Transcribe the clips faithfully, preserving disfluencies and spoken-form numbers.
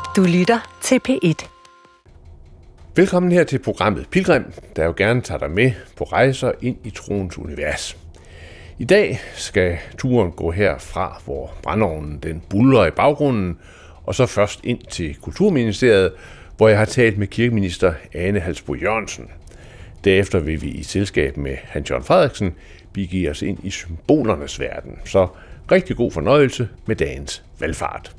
Du lytter til P et. Velkommen her til programmet Pilgrim, der jo gerne tager dig med på rejser ind i troens univers. I dag skal turen gå herfra, hvor brændeovnen den buldrer i baggrunden, og så først ind til Kulturministeriet, hvor jeg har talt med kirkeminister Ane Halsboe-Jørgensen. Derefter vil vi i selskab med Hans Jørgen Frederiksen begive os ind i symbolernes verden. Så rigtig god fornøjelse med dagens valgfart.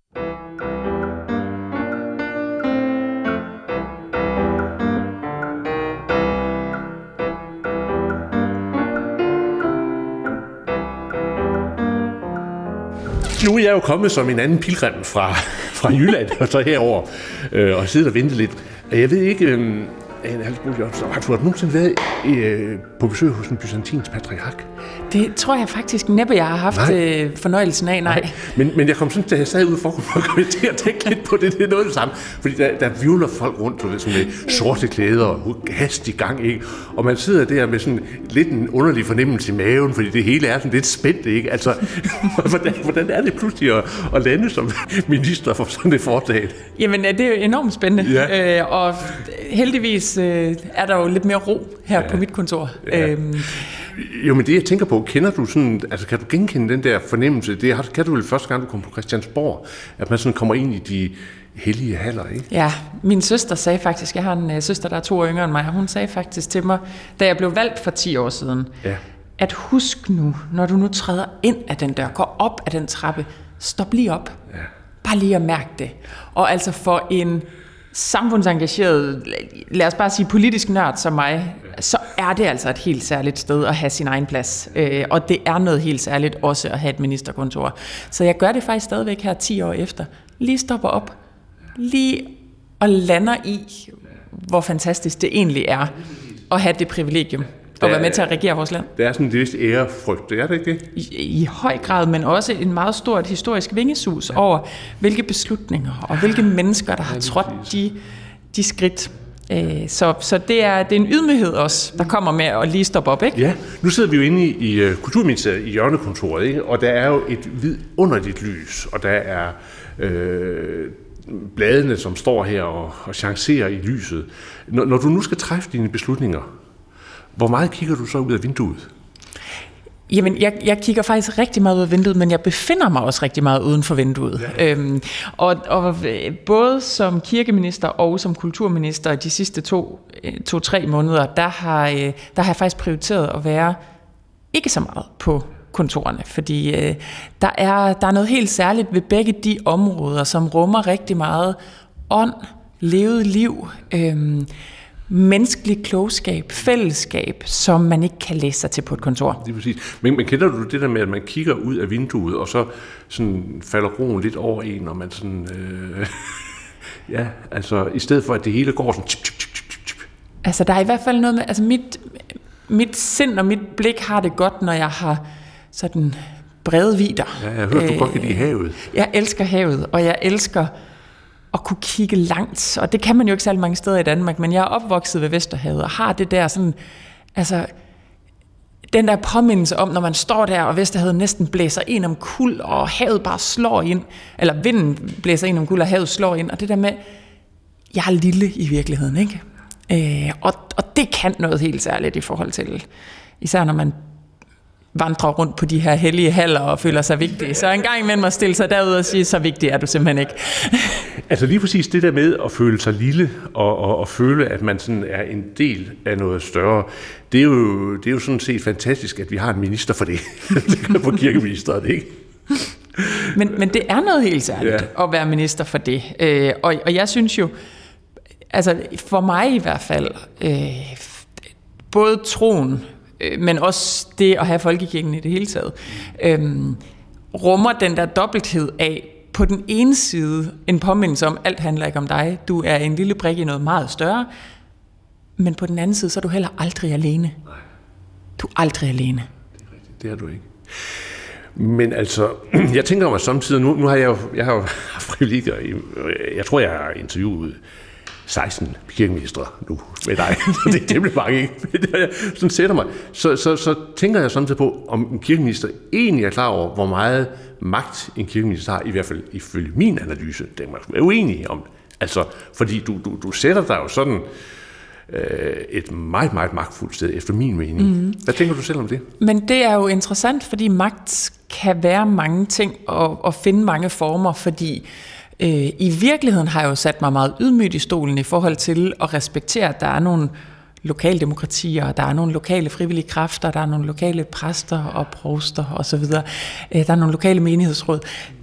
Nu er jeg jo kommet som en anden pilgrim fra, fra Jylland og så herover øh, og sidder og venter lidt. Jeg ved ikke, øh, Ane Halsboe-Jørgensen, har du nogensinde været øh, på besøg hos en byzantinsk patriark? Det tror jeg faktisk næppe, jeg har haft øh, fornøjelsen af, nej. nej. Men, men jeg kom sådan, da jeg sad ude for at komme til at tænke lidt på det, det er noget det samme. Fordi der, der vivler folk rundt du ved, sådan med sorte klæder og hast i gang, ikke? Og man sidder der med sådan lidt en underlig fornemmelse i maven, fordi det hele er sådan lidt spændt, ikke? Altså, hvordan, hvordan er det pludselig at, at lande som minister for sådan et foretag? Jamen, det er jo enormt spændende, ja. øh, og heldigvis øh, er der jo lidt mere ro her ja. på mit kontor. Ja. Øhm, Jo, men det jeg tænker på, kender du sådan, altså kan du genkende den der fornemmelse, det kan du vel første gang, du kommer på Christiansborg, at man sådan kommer ind i de hellige haller, ikke? Ja, min søster sagde faktisk, jeg har en uh, søster, der er to år yngre end mig, og hun sagde faktisk til mig, da jeg blev valgt for ti år siden, ja. at husk nu, når du nu træder ind af den dør, går op af den trappe, stop lige op. Ja. Bare lige at mærke det. Og altså for en samfundsengageret, lad os bare sige politisk nørd som mig, så er det altså et helt særligt sted at have sin egen plads. Øh, og det er noget helt særligt også at have et ministerkontor. Så jeg gør det faktisk stadigvæk her ti år efter. Lige stopper op. Lige og lander i, hvor fantastisk det egentlig er at have det privilegium. Og være med til at regere vores land. Det er sådan en vis ærefrygt, er det ikke det? I, I høj grad, men også en meget stort historisk vingesus ja. over, hvilke beslutninger og hvilke mennesker, der har trådt de, de skridt. Så, så det, er, det er en ydmyghed også, der kommer med at lige stoppe op, ikke? Ja, nu sidder vi jo inde i, i Kulturministeriet i hjørnekontoret, ikke? Og der er jo et vidunderligt lys, og der er øh, bladene, som står her og, og chancerer i lyset. Når, når du nu skal træffe dine beslutninger, hvor meget kigger du så ud af vinduet? Jamen, jeg, jeg kigger faktisk rigtig meget ud af vinduet, men jeg befinder mig også rigtig meget uden for vinduet. Ja. Øhm, og, og både som kirkeminister og som kulturminister de sidste to, to tre måneder, der har, der har jeg faktisk prioriteret at være ikke så meget på kontorerne, fordi øh, der, er, der er noget helt særligt ved begge de områder, som rummer rigtig meget ånd, levet liv, øh, menneskelig klogskab, fællesskab, som man ikke kan læse sig til på et kontor. Det er præcis. Men, men kender du det der med, at man kigger ud af vinduet, og så sådan falder roen lidt over en, og man sådan... Øh, ja, altså i stedet for, at det hele går sådan... Tip, tip, tip, tip, tip. Altså der er i hvert fald noget med... Altså mit, mit sind og mit blik har det godt, når jeg har sådan brede vidder. Ja, jeg har hørt, du øh, godt kan lide havet. Jeg elsker havet, og jeg elsker... at kunne kigge langt, og det kan man jo ikke særlig mange steder i Danmark, men jeg er opvokset ved Vesterhavet, og har det der sådan, altså, den der påmindelse om, når man står der, og Vesterhavet næsten blæser ind om kul, og havet bare slår ind, eller vinden blæser ind om kul, og havet slår ind, og det der med, jeg er lille i virkeligheden, ikke? Øh, og, og det kan noget helt særligt i forhold til, især når man vandrer rundt på de her hellige haller og føler sig vigtig. Så en gang imellem at stille sig derud og sige, så vigtig er du simpelthen ikke. Altså lige præcis det der med at føle sig lille og, og, og føle, at man sådan er en del af noget større, det er jo, det er jo sådan set fantastisk, at vi har en minister for det. På kirkeministeriet, ikke? Men, men det er noget helt særligt ja. at være minister for det. Øh, og, og jeg synes jo, altså for mig i hvert fald, øh, både troen, men også det at have folkekirken i det hele taget, øhm, rummer den der dobbelthed af, på den ene side, en påmindelse om, alt handler ikke om dig, du er en lille brik i noget meget større, men på den anden side, så er du heller aldrig alene. Nej. Du er aldrig alene. Det er rigtigt, det er du ikke. Men altså, jeg tænker mig samtidig, nu, nu har jeg jo, jeg har jo haft privilegier, jeg tror, jeg har interviewet seksten kirkeministre nu med dig. det, det bliver mange ikke. Sådan sætter mig. Så, så, så tænker jeg samtidig på, om en kirkeminister egentlig er klar over, hvor meget magt en kirkeminister har, i hvert fald ifølge min analyse. Det er man er uenig om. Altså, fordi du, du, du sætter dig jo sådan øh, et meget, meget magtfuldt sted, efter min mening. Mm. Hvad tænker du selv om det? Men det er jo interessant, fordi magt kan være mange ting og, og finde mange former, fordi øh, i virkeligheden har jeg jo sat mig meget ydmygt i stolen i forhold til at respektere, at der er nogle lokaldemokratier, der er nogle lokale frivillige kræfter, der er nogle lokale præster og provster osv., øh, der er nogle lokale menighedsråd,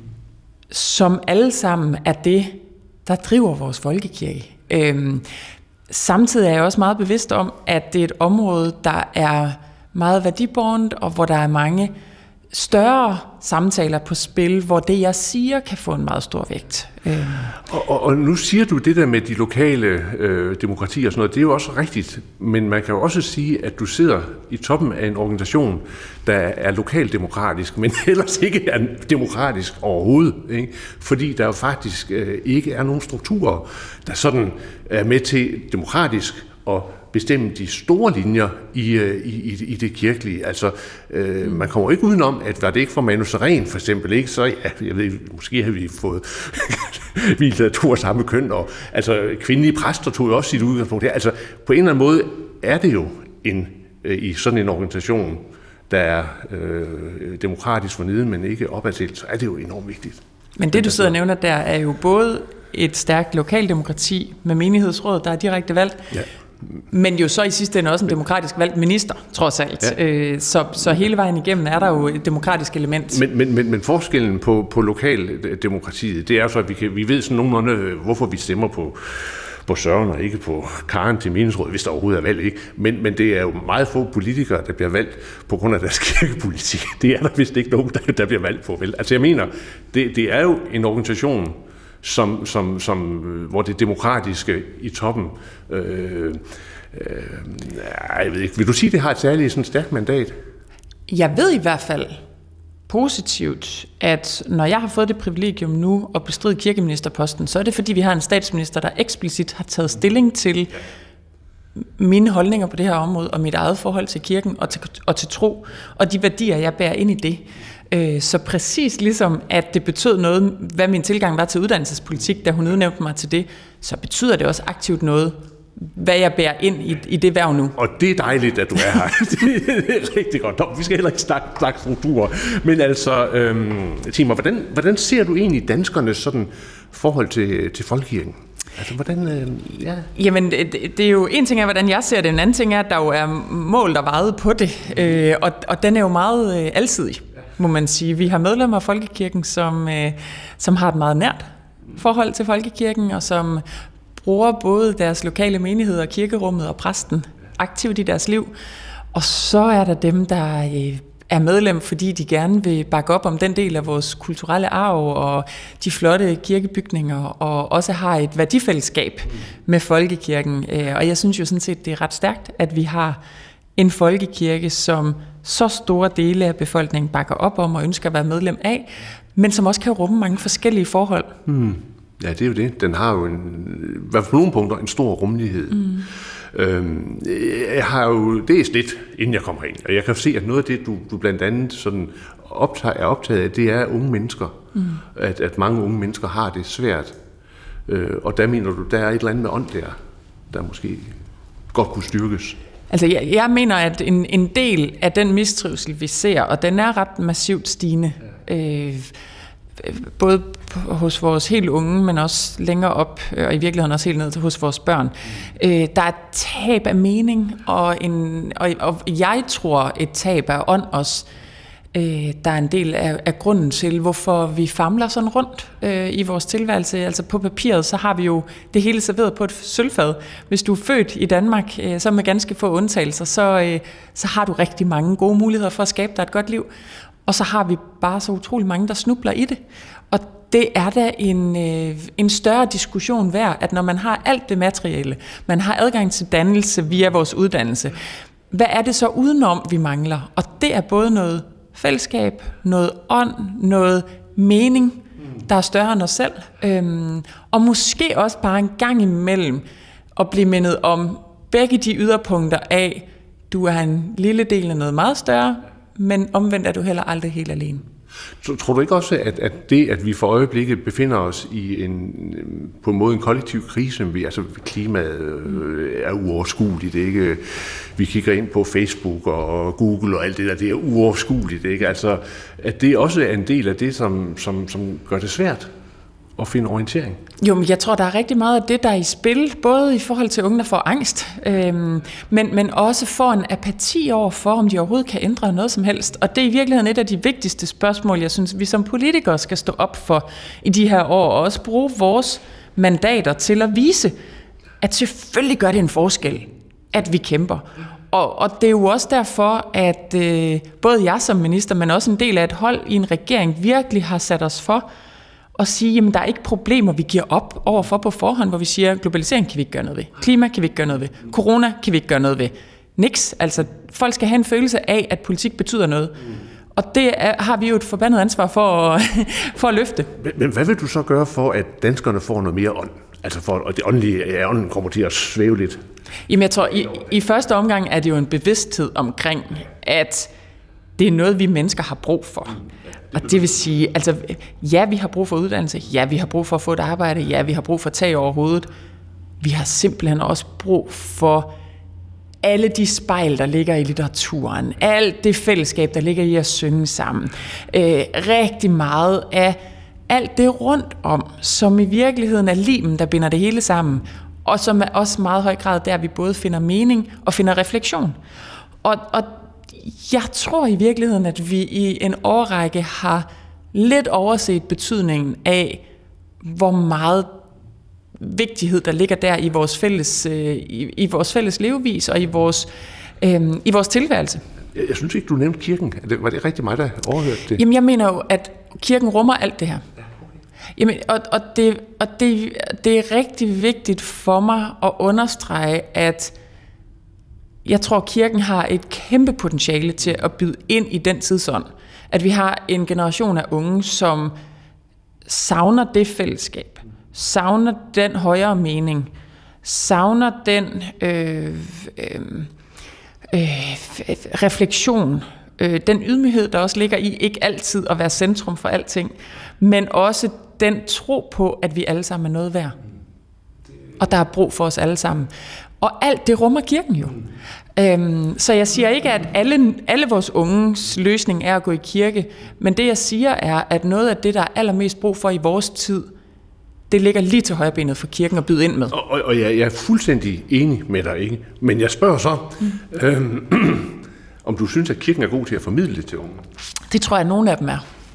som alle sammen er det, der driver vores folkekirke. Øhm, samtidig er jeg også meget bevidst om, at det er et område, der er meget værdibårent, og hvor der er mange større samtaler på spil, hvor det, jeg siger, kan få en meget stor vægt. Øhm. Og, og, og nu siger du det der med de lokale øh, demokratier og sådan noget, det er jo også rigtigt, men man kan jo også sige, at du sidder i toppen af en organisation, der er lokaldemokratisk, men ellers ikke er demokratisk overhovedet, ikke? Fordi der jo faktisk øh, ikke er nogen strukturer, der sådan er med til demokratisk at bestemme de store linjer i, i, i det kirkelige. Altså, øh, mm. man kommer ikke udenom, at var det ikke for Manu Sareen for eksempel, ikke, så ja, jeg ved, måske har vi fået vi lavet to af samme køn, og altså, kvindelige præster tog jo også sit udgangspunkt her. Altså, på en eller anden måde er det jo en, øh, i sådan en organisation, der er øh, demokratisk for neden, men ikke opadtil, så er det jo enormt vigtigt. Men det, du sidder og nævner der, er jo både et stærkt lokaldemokrati med menighedsråd, der er direkte valgt, ja. Men jo så i sidste ende også en demokratisk valgt minister, trods alt. Ja. Så, så hele vejen igennem er der jo et demokratisk element. Men, men, men, men forskellen på, på lokaldemokratiet, det er så, at vi, kan, vi ved sådan nogenlunde, hvorfor vi stemmer på, på Søren og ikke på Karen til menighedsrådet, hvis der overhovedet er valgt, ikke? Men, men det er jo meget få politikere, der bliver valgt på grund af deres kirkepolitik. Det er der vist ikke nogen, der, der bliver valgt på. Vel? Altså jeg mener, det, det er jo en organisation, Som, som, som, hvor det demokratiske i toppen, øh, øh, jeg ved ikke, vil du sige, det har et særligt sådan stærkt mandat? Jeg ved i hvert fald positivt, at når jeg har fået det privilegium nu at bestride kirkeministerposten, så er det fordi, vi har en statsminister, der eksplicit har taget stilling til mine holdninger på det her område, og mit eget forhold til kirken og til, og til tro, og de værdier, jeg bærer ind i det. Så præcis ligesom, at det betød noget, hvad min tilgang var til uddannelsespolitik, da hun udnævnte mig til det, så betyder det også aktivt noget, hvad jeg bærer ind i, i det værv nu. Og det er dejligt, at du er her. Det er rigtig godt. Nå, vi skal heller ikke snakke, snakke strukturer. Men altså, øhm, Timur, hvordan, hvordan ser du egentlig danskernes sådan forhold til, til folkekirken? Altså, hvordan, øh, ja. Jamen, det, det er jo en ting af, hvordan jeg ser det. En anden ting er, at der jo er mål, der vejet på det. Øh, og, og den er jo meget øh, alsidig, må man sige. Vi har medlemmer af folkekirken, som, øh, som har et meget nært forhold til folkekirken, og som bruger både deres lokale menigheder, kirkerummet og præsten aktivt i deres liv. Og så er der dem, der øh, er medlem, fordi de gerne vil bakke op om den del af vores kulturelle arv og de flotte kirkebygninger, og også har et værdifællesskab med folkekirken. Og jeg synes jo sådan set, det er ret stærkt, at vi har en folkekirke, som så store dele af befolkningen bakker op om og ønsker at være medlem af, men som også kan rumme mange forskellige forhold. Hmm. Ja, det er jo det. Den har jo en, i hvert fald på nogle punkter en stor rummelighed. Mm. Øhm, jeg har jo læst lidt, inden jeg kommer ind, og jeg kan se, at noget af det, du, du blandt andet sådan optager, er optaget af, det er unge mennesker. Mm. At, at mange unge mennesker har det svært. Øh, og der mener du, der er et eller andet med ånd der, der måske godt kunne styrkes. Altså, jeg, jeg mener, at en, en del af den mistrivsel, vi ser, og den er ret massivt stigende, ja. øh, både hos vores helt unge, men også længere op, og i virkeligheden også helt ned til hos vores børn. Mm. Øh, der er et tab af mening, og, en, og, og jeg tror et tab af ånd også. Øh, der er en del af, af grunden til, hvorfor vi famler sådan rundt øh, i vores tilværelse. Altså på papiret, så har vi jo det hele serveret på et sølvfad. Hvis du er født i Danmark, øh, så med ganske få undtagelser, så, øh, så har du rigtig mange gode muligheder for at skabe dig et godt liv. Og så har vi bare så utrolig mange, der snubler i det. Og det er da en, øh, en større diskussion værd, at når man har alt det materielle, man har adgang til dannelse via vores uddannelse, hvad er det så udenom, vi mangler? Og det er både noget fællesskab, noget ånd, noget mening, der er større end os selv. Øhm, og måske også bare en gang imellem at blive mindet om begge de yderpunkter af, du er en lille del af noget meget større, men omvendt er du heller aldrig helt alene. Så tror du ikke også, at, at det, at vi for øjeblikket befinder os i en, på en måde en kollektiv krise, vi, altså klimaet øh, er uoverskueligt, ikke? Vi kigger ind på Facebook og Google og alt det der, det er uoverskueligt, ikke? Altså, at det også er en del af det, som, som, som gør det svært at finde orientering. Jo, men jeg tror, der er rigtig meget af det, der er i spil, både i forhold til unge, der får angst, øhm, men, men også får en apati over for, om de overhovedet kan ændre noget som helst. Og det er i virkeligheden et af de vigtigste spørgsmål, jeg synes, vi som politikere skal stå op for i de her år, og også bruge vores mandater til at vise, at selvfølgelig gør det en forskel, at vi kæmper. Og, og det er jo også derfor, at øh, både jeg som minister, men også en del af et hold i en regering, virkelig har sat os for og sige, jamen der er ikke problemer, vi giver op overfor på forhånd, hvor vi siger, globalisering kan vi ikke gøre noget ved, klima kan vi ikke gøre noget ved, corona kan vi ikke gøre noget ved. Niks. Altså, folk skal have en følelse af, at politik betyder noget. Mm. Og det er, har vi jo et forbandet ansvar for at, for at løfte. Men, men hvad vil du så gøre for, at danskerne får noget mere ånd? Altså for, at det åndelige, ja, ånden kommer til at svæve lidt? Jamen jeg tror, i, i første omgang er det jo en bevidsthed omkring, at det er noget, vi mennesker har brug for. Og det vil sige, altså, ja, vi har brug for uddannelse, ja, vi har brug for at få et arbejde, ja, vi har brug for tag over hovedet. Vi har simpelthen også brug for alle de spejl, der ligger i litteraturen, alt det fællesskab, der ligger i at synge sammen. Øh, rigtig meget af alt det rundt om, som i virkeligheden er limen, der binder det hele sammen, og som er også meget høj grad der, vi både finder mening og finder refleksion. Og, og jeg tror i virkeligheden, at vi i en årrække har lidt overset betydningen af, hvor meget vigtighed, der ligger der i vores fælles, øh, i, i vores fælles levevis og i vores, øh, i vores tilværelse. Jeg, jeg synes ikke, du nævnte kirken. Var det rigtig mig, der overhørte det? Jamen, jeg mener jo, at kirken rummer alt det her. Jamen, og, og, det, og det, det er rigtig vigtigt for mig at understrege, at jeg tror, kirken har et kæmpe potentiale til at byde ind i den tidsånd. At vi har en generation af unge, som savner det fællesskab, savner den højere mening, savner den øh, øh, øh, refleksion, øh, den ydmyghed, der også ligger i ikke altid at være centrum for alting, men også den tro på, at vi alle sammen er noget værd. Og der er brug for os alle sammen. Og alt det rummer kirken jo. Øhm, så jeg siger ikke, at alle, alle vores unges løsning er at gå i kirke, men det jeg siger er, at noget af det, der er allermest brug for i vores tid, det ligger lige til højrebenet for kirken at byde ind med. Og, og, og jeg, jeg er fuldstændig enig med dig, ikke? Men jeg spørger så, mm. øhm, om du synes, at kirken er god til at formidle det til unge? Det tror jeg, at nogle af dem er.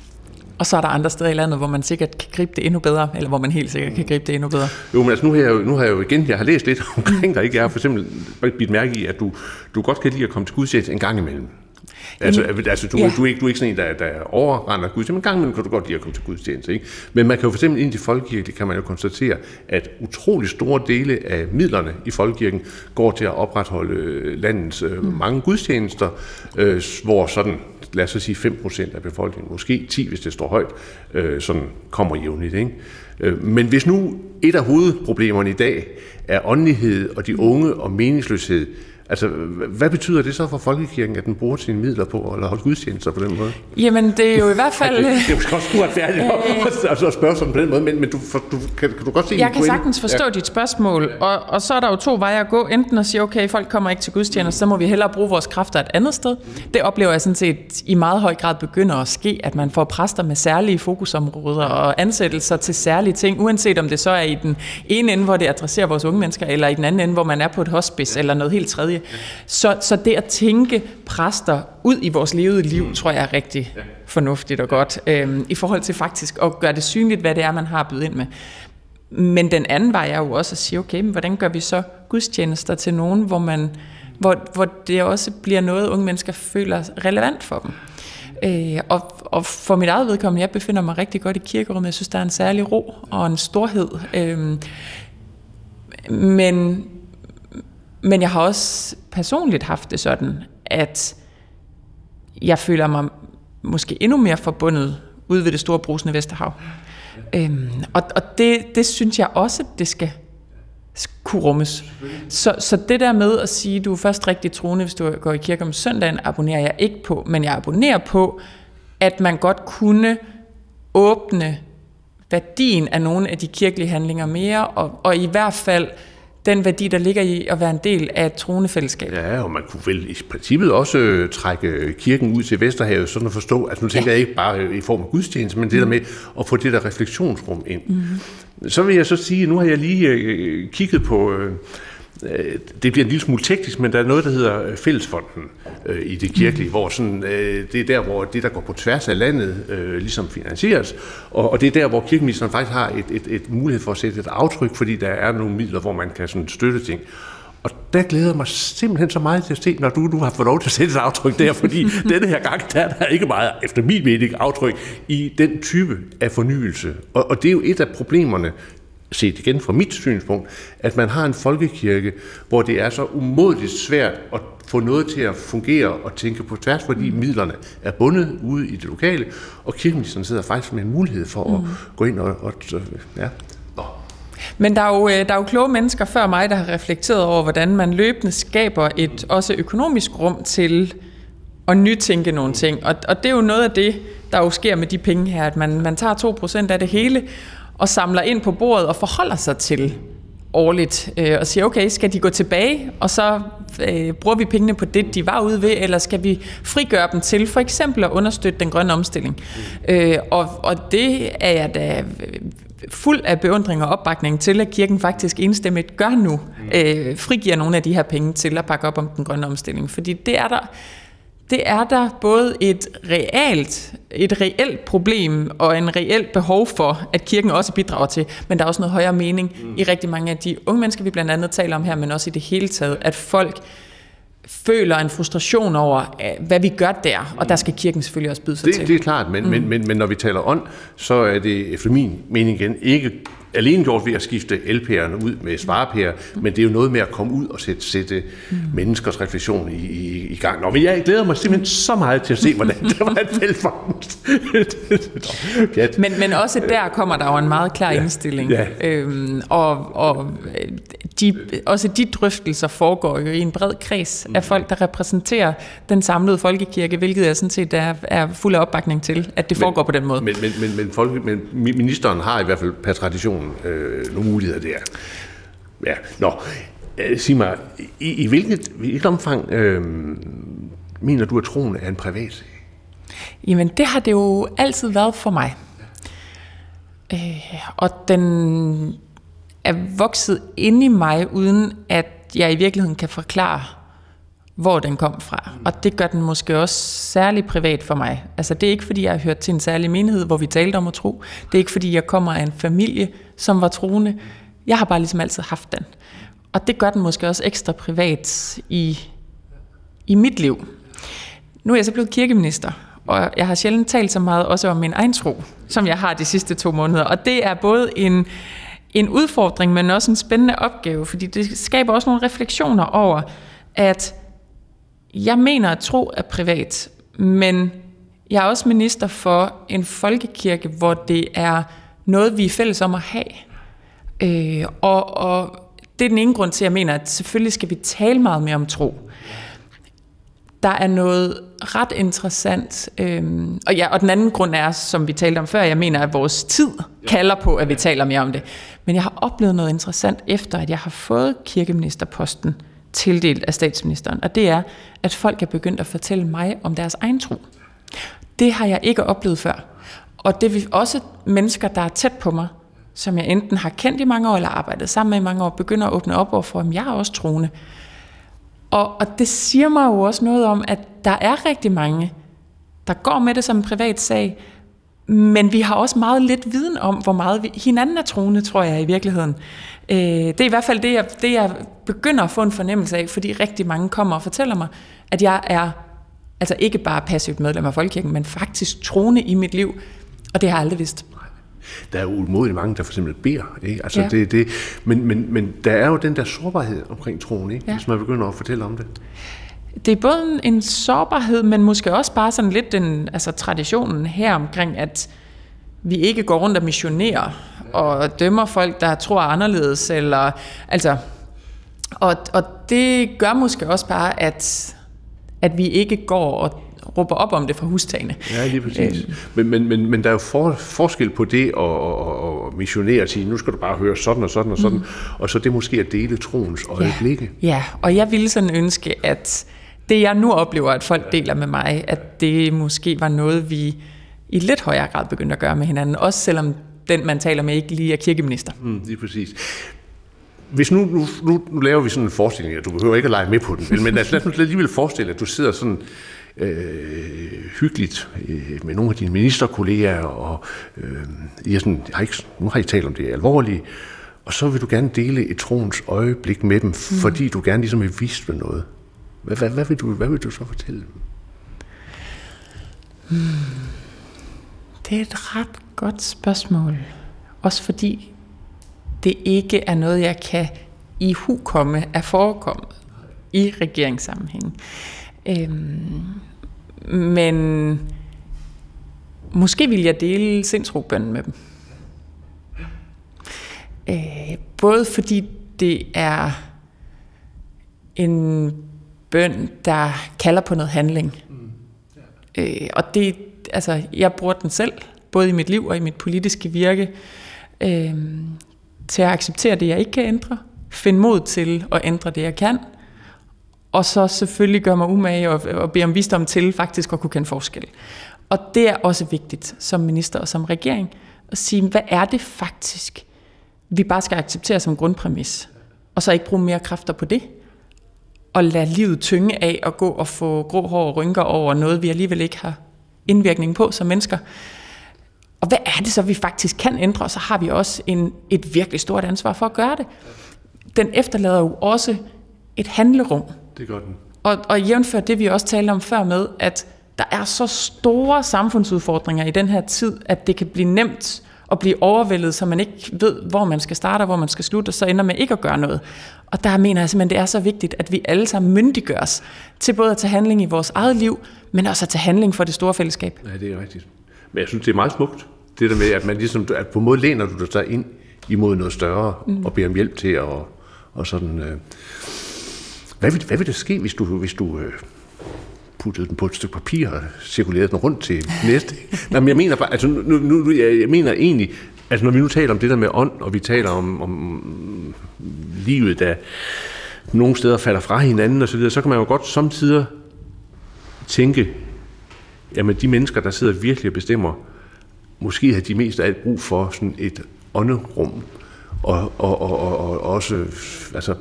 Og så er der andre steder i landet, hvor man sikkert kan gribe det endnu bedre, eller hvor man helt sikkert kan gribe det endnu bedre. Jo, men altså nu har jeg jo, nu har jeg jo igen, jeg har læst lidt omkring dig, ikke? Jeg har for eksempel bidt mærke i, at du, du godt kan lide at komme til gudstjeneste en gang imellem. Altså, Jamen, altså du, ja. du, er ikke, du er ikke sådan en, der, der overrender gudstjeneste, men en gang imellem kan du godt lide at komme til gudstjeneste, ikke? Men man kan jo for eksempel ind i folkekirken, det kan man jo konstatere, at utrolig store dele af midlerne i folkekirken går til at opretholde landets øh, mm. mange gudstjenester, øh, hvor sådan, lad os sige fem procent af befolkningen, måske ti, hvis det står højt, øh, sådan kommer jævnligt, ikke? Øh, men hvis nu et af hovedproblemerne i dag er åndelighed og de unge og meningsløshed, altså, hvad betyder det så for folkekirken, at den bruger sine midler på at holde gudstjenester på den måde? Jamen, det er jo i hvert fald... det, det er måske også uretfærdigt at spørge sådan på den måde, men, men du, for, du, kan, kan du godt se... Jeg kan sagtens forstå ja. dit spørgsmål, og, og så er der jo to veje at gå. Enten at sige, okay, folk kommer ikke til gudstjenester, så må vi hellere bruge vores kræfter et andet sted. Det oplever jeg sådan set i meget høj grad begynder at ske, at man får præster med særlige fokusområder og ansættelser til særlige ting, uanset om det så er i den ene ende, hvor det adresserer vores unge mennesker, eller i den anden ende, hvor man er på et hospice, eller noget helt tredje. Så, så det at tænke præster ud i vores levede liv, tror jeg er rigtig fornuftigt og godt, øhm, i forhold til faktisk at gøre det synligt, hvad det er, man har at byde ind med. Men den anden vej er jo også at sige, okay, men hvordan gør vi så gudstjenester til nogen, hvor, man, hvor, hvor det også bliver noget, unge mennesker føler relevant for dem. Øh, og, og for mit eget vedkommende, jeg befinder mig rigtig godt i kirkerummet. Jeg synes, der er en særlig ro og en storhed. Øh, men... Men jeg har også personligt haft det sådan, at jeg føler mig måske endnu mere forbundet ude ved det store brusende Vesterhav. Øhm, og og det, det synes jeg også, det skal kunne rummes. Så, så det der med at sige, du er først rigtig troende, hvis du går i kirke om søndagen, abonnerer jeg ikke på, men jeg abonnerer på, at man godt kunne åbne værdien af nogle af de kirkelige handlinger mere, og, og i hvert fald den værdi, der ligger i at være en del af et troende fællesskab. Ja, og man kunne vel i princippet også øh, trække kirken ud til Vesterhavet, sådan at forstå, altså nu tænker ja. jeg ikke bare øh, i form af gudstjeneste, men det der med at få det der refleksionsrum ind. Mm-hmm. Så vil jeg så sige, nu har jeg lige øh, kigget på, øh, det bliver en lille smule teknisk, men der er noget, der hedder Fællesfonden øh, i det kirkelige, mm. hvor sådan, øh, det er der, hvor det, der går på tværs af landet, øh, ligesom finansieres, og, og det er der, hvor kirkeministeren faktisk har et, et, et mulighed for at sætte et aftryk, fordi der er nogle midler, hvor man kan sådan støtte ting. Og der glæder jeg mig simpelthen så meget til at se, når du nu har fået lov til at sætte et aftryk der, fordi denne her gang, der er der ikke meget, efter min mening, aftryk i den type af fornyelse. Og, og det er jo et af problemerne, set igen fra mit synspunkt, at man har en folkekirke, hvor det er så umådeligt svært at få noget til at fungere og tænke på tværs, fordi midlerne er bundet ude i det lokale, og kirkeministeren sidder faktisk med en mulighed for at mm. gå ind og... og ja. Nå. Men der er, jo, der er jo kloge mennesker før mig, der har reflekteret over, hvordan man løbende skaber et også økonomisk rum til at nytænke nogle ting. Og, og det er jo noget af det, der jo sker med de penge her, at man, man tager to procent af det hele, og samler ind på bordet og forholder sig til årligt, øh, og siger, okay, skal de gå tilbage, og så øh, bruger vi pengene på det, de var ude ved, eller skal vi frigøre dem til for eksempel at understøtte den grønne omstilling? Mm. Øh, og, og det er jeg da fuld af beundring og opbakning til, at kirken faktisk enstemmigt gør nu, øh, frigiver nogle af de her penge til at pakke op om den grønne omstilling, fordi det er der Det er der både et reelt, et reelt problem og en reelt behov for, at kirken også bidrager til, men der er også noget højere mening mm. i rigtig mange af de unge mennesker, vi blandt andet taler om her, men også i det hele taget, at folk føler en frustration over, hvad vi gør der, og der skal kirken selvfølgelig også byde sig det, til. Det er klart, men, mm. men, men, men når vi taler ånd, så er det efter min mening igen ikke alene gjort ved at skifte L P'erne ud med svarepærer, mm. men det er jo noget med at komme ud og sætte, sætte mm. menneskers refleksion i, i, i gang. Nå, men jeg glæder mig simpelthen så meget til at se, hvordan det var et Fællesfond. men, men også der kommer der jo en meget klar ja. indstilling. Ja. Øhm, og og de, også de drøftelser foregår jo i en bred kreds mm. af folk, der repræsenterer den samlede folkekirke, hvilket jeg sådan set er, er fuld af opbakning til, at det men, foregår på den måde. Men, men, men, men, folke, men ministeren har i hvert fald per tradition Øh, nogle muligheder der. Ja, nå. Øh, sig mig, i, i hvilket, i hvilket omfang øh, mener du, at troen er en privat sag? Jamen, det har det jo altid været for mig. Øh, og den er vokset inde i mig, uden at jeg i virkeligheden kan forklare, hvor den kom fra. Og det gør den måske også særlig privat for mig. Altså, det er ikke, fordi jeg har hørt til en særlig menighed, hvor vi talte om at tro. Det er ikke, fordi jeg kommer af en familie, som var troende. Jeg har bare ligesom altid haft den. Og det gør den måske også ekstra privat i, i mit liv. Nu er jeg så blevet kirkeminister, og jeg har sjældent talt så meget også om min egen tro, som jeg har de sidste to måneder. Og det er både en, en udfordring, men også en spændende opgave, fordi det skaber også nogle refleksioner over, at jeg mener, at tro er privat, men jeg er også minister for en folkekirke, hvor det er noget, vi er fælles om at have. Øh, og, og det er den ene grund til, at jeg mener, at selvfølgelig skal vi tale meget mere om tro. Der er noget ret interessant, øh, og, ja, og den anden grund er, som vi talte om før, jeg mener, at vores tid kalder på, at vi taler mere om det. Men jeg har oplevet noget interessant, efter at jeg har fået kirkeministerposten tildelt af statsministeren, og det er, at folk er begyndt at fortælle mig om deres egen tro. Det har jeg ikke oplevet før. Og det er også mennesker, der er tæt på mig, som jeg enten har kendt i mange år, eller arbejdet sammen med i mange år, begynder at åbne op over for, at jeg er også troende. Og, og det siger mig jo også noget om, at der er rigtig mange, der går med det som en privat sag, men vi har også meget lidt viden om, hvor meget vi, hinanden er troende, tror jeg i virkeligheden. Øh, det er i hvert fald det jeg, det, jeg begynder at få en fornemmelse af, fordi rigtig mange kommer og fortæller mig, at jeg er altså ikke bare passivt medlem af folkekirken, men faktisk troende i mit liv, og det har jeg aldrig vidst. Der er jo umådeligt mange, der for eksempel beder, ikke? Altså ja. det, det, men, men, men der er jo den der sårbarhed omkring troen, ikke? Ja. Hvis man begynder at fortælle om det. Det er både en, en sårbarhed, men måske også bare sådan lidt den, altså traditionen her omkring, at vi ikke går rundt og missionerer og dømmer folk, der tror anderledes. Eller, altså, og, og det gør måske også bare, at, at vi ikke går og råber op om det fra hustagene. Ja, lige præcis. Æm. Men, men, men, men der er jo for, forskel på det at, at, at missionere og sige, nu skal du bare høre sådan og sådan og sådan, mm. og så det måske at dele troens øjeblikke. Ja, ja, og jeg ville sådan ønske, at det jeg nu oplever, at folk deler med mig, at det måske var noget, vi i lidt højere grad begyndte at gøre med hinanden, også selvom den, man taler med, ikke lige er kirkeminister. Mm, lige præcis. Hvis nu, nu, nu, nu laver vi sådan en forestilling, du behøver ikke at lege med på den, men lad os alligevel forestille, at du sidder sådan øh, hyggeligt øh, med nogle af dine ministerkolleger, og øh, I er sådan, jeg har ikke, nu har I talt om det alvorlige, og så vil du gerne dele et troens øjeblik med dem, mm. fordi du gerne ligesom vil vise dem noget. Hvad, hvad, hvad, vil du, hvad vil du så fortælle dem? Hmm. Det er et ret godt spørgsmål. Også fordi det ikke er noget, jeg kan ihukomme af forekommet i regeringssammenhæng. Øhm, men måske vil jeg dele sindsrobønnen med dem. Øh, både fordi det er en bøn, der kalder på noget handling. Mm. Ja. Øh, og det, altså, jeg bruger den selv, både i mit liv og i mit politiske virke, øh, til at acceptere det, jeg ikke kan ændre, finde mod til at ændre det, jeg kan, og så selvfølgelig gøre mig umage og, og bede om visdom til faktisk at kunne kende forskel. Og det er også vigtigt som minister og som regering, at sige, hvad er det faktisk, vi bare skal acceptere som grundpræmis, og så ikke bruge mere kræfter på det, og lade livet tynge af at gå og få grå hår og rynker over noget, vi alligevel ikke har indvirkning på som mennesker. Og hvad er det så, vi faktisk kan ændre, og så har vi også en, et virkelig stort ansvar for at gøre det. Den efterlader jo også et handlerum. Det gør den. Og, og jævnfør det, vi også talte om før med, at der er så store samfundsudfordringer i den her tid, at det kan blive nemt at blive overvældet, så man ikke ved, hvor man skal starte og hvor man skal slutte, og så ender med ikke at gøre noget. Og der mener jeg simpelthen, det er så vigtigt, at vi alle sammen myndiggøres til både at tage handling i vores eget liv, men også at tage handling for det store fællesskab. Ja, det er rigtigt. Men jeg synes, det er meget smukt, det der med, at man ligesom, at på en måde læner du dig ind imod noget større, mm. og beder om hjælp til, og, og sådan. Øh. Hvad, vil, hvad vil der ske, hvis du, hvis du øh, puttede den på et stykke papir og cirkulerede den rundt til næste? Nej, men jeg mener bare, altså nu, nu, jeg, jeg mener egentlig, altså når vi nu taler om det der med ånd, og vi taler om, om livet, der nogle steder falder fra hinanden og så videre, så kan man jo godt samtidig tænke, jamen de mennesker, der sidder virkelig og bestemmer, måske har de mest af alt brug for sådan et ånderum, og, og, og, og, og også altså,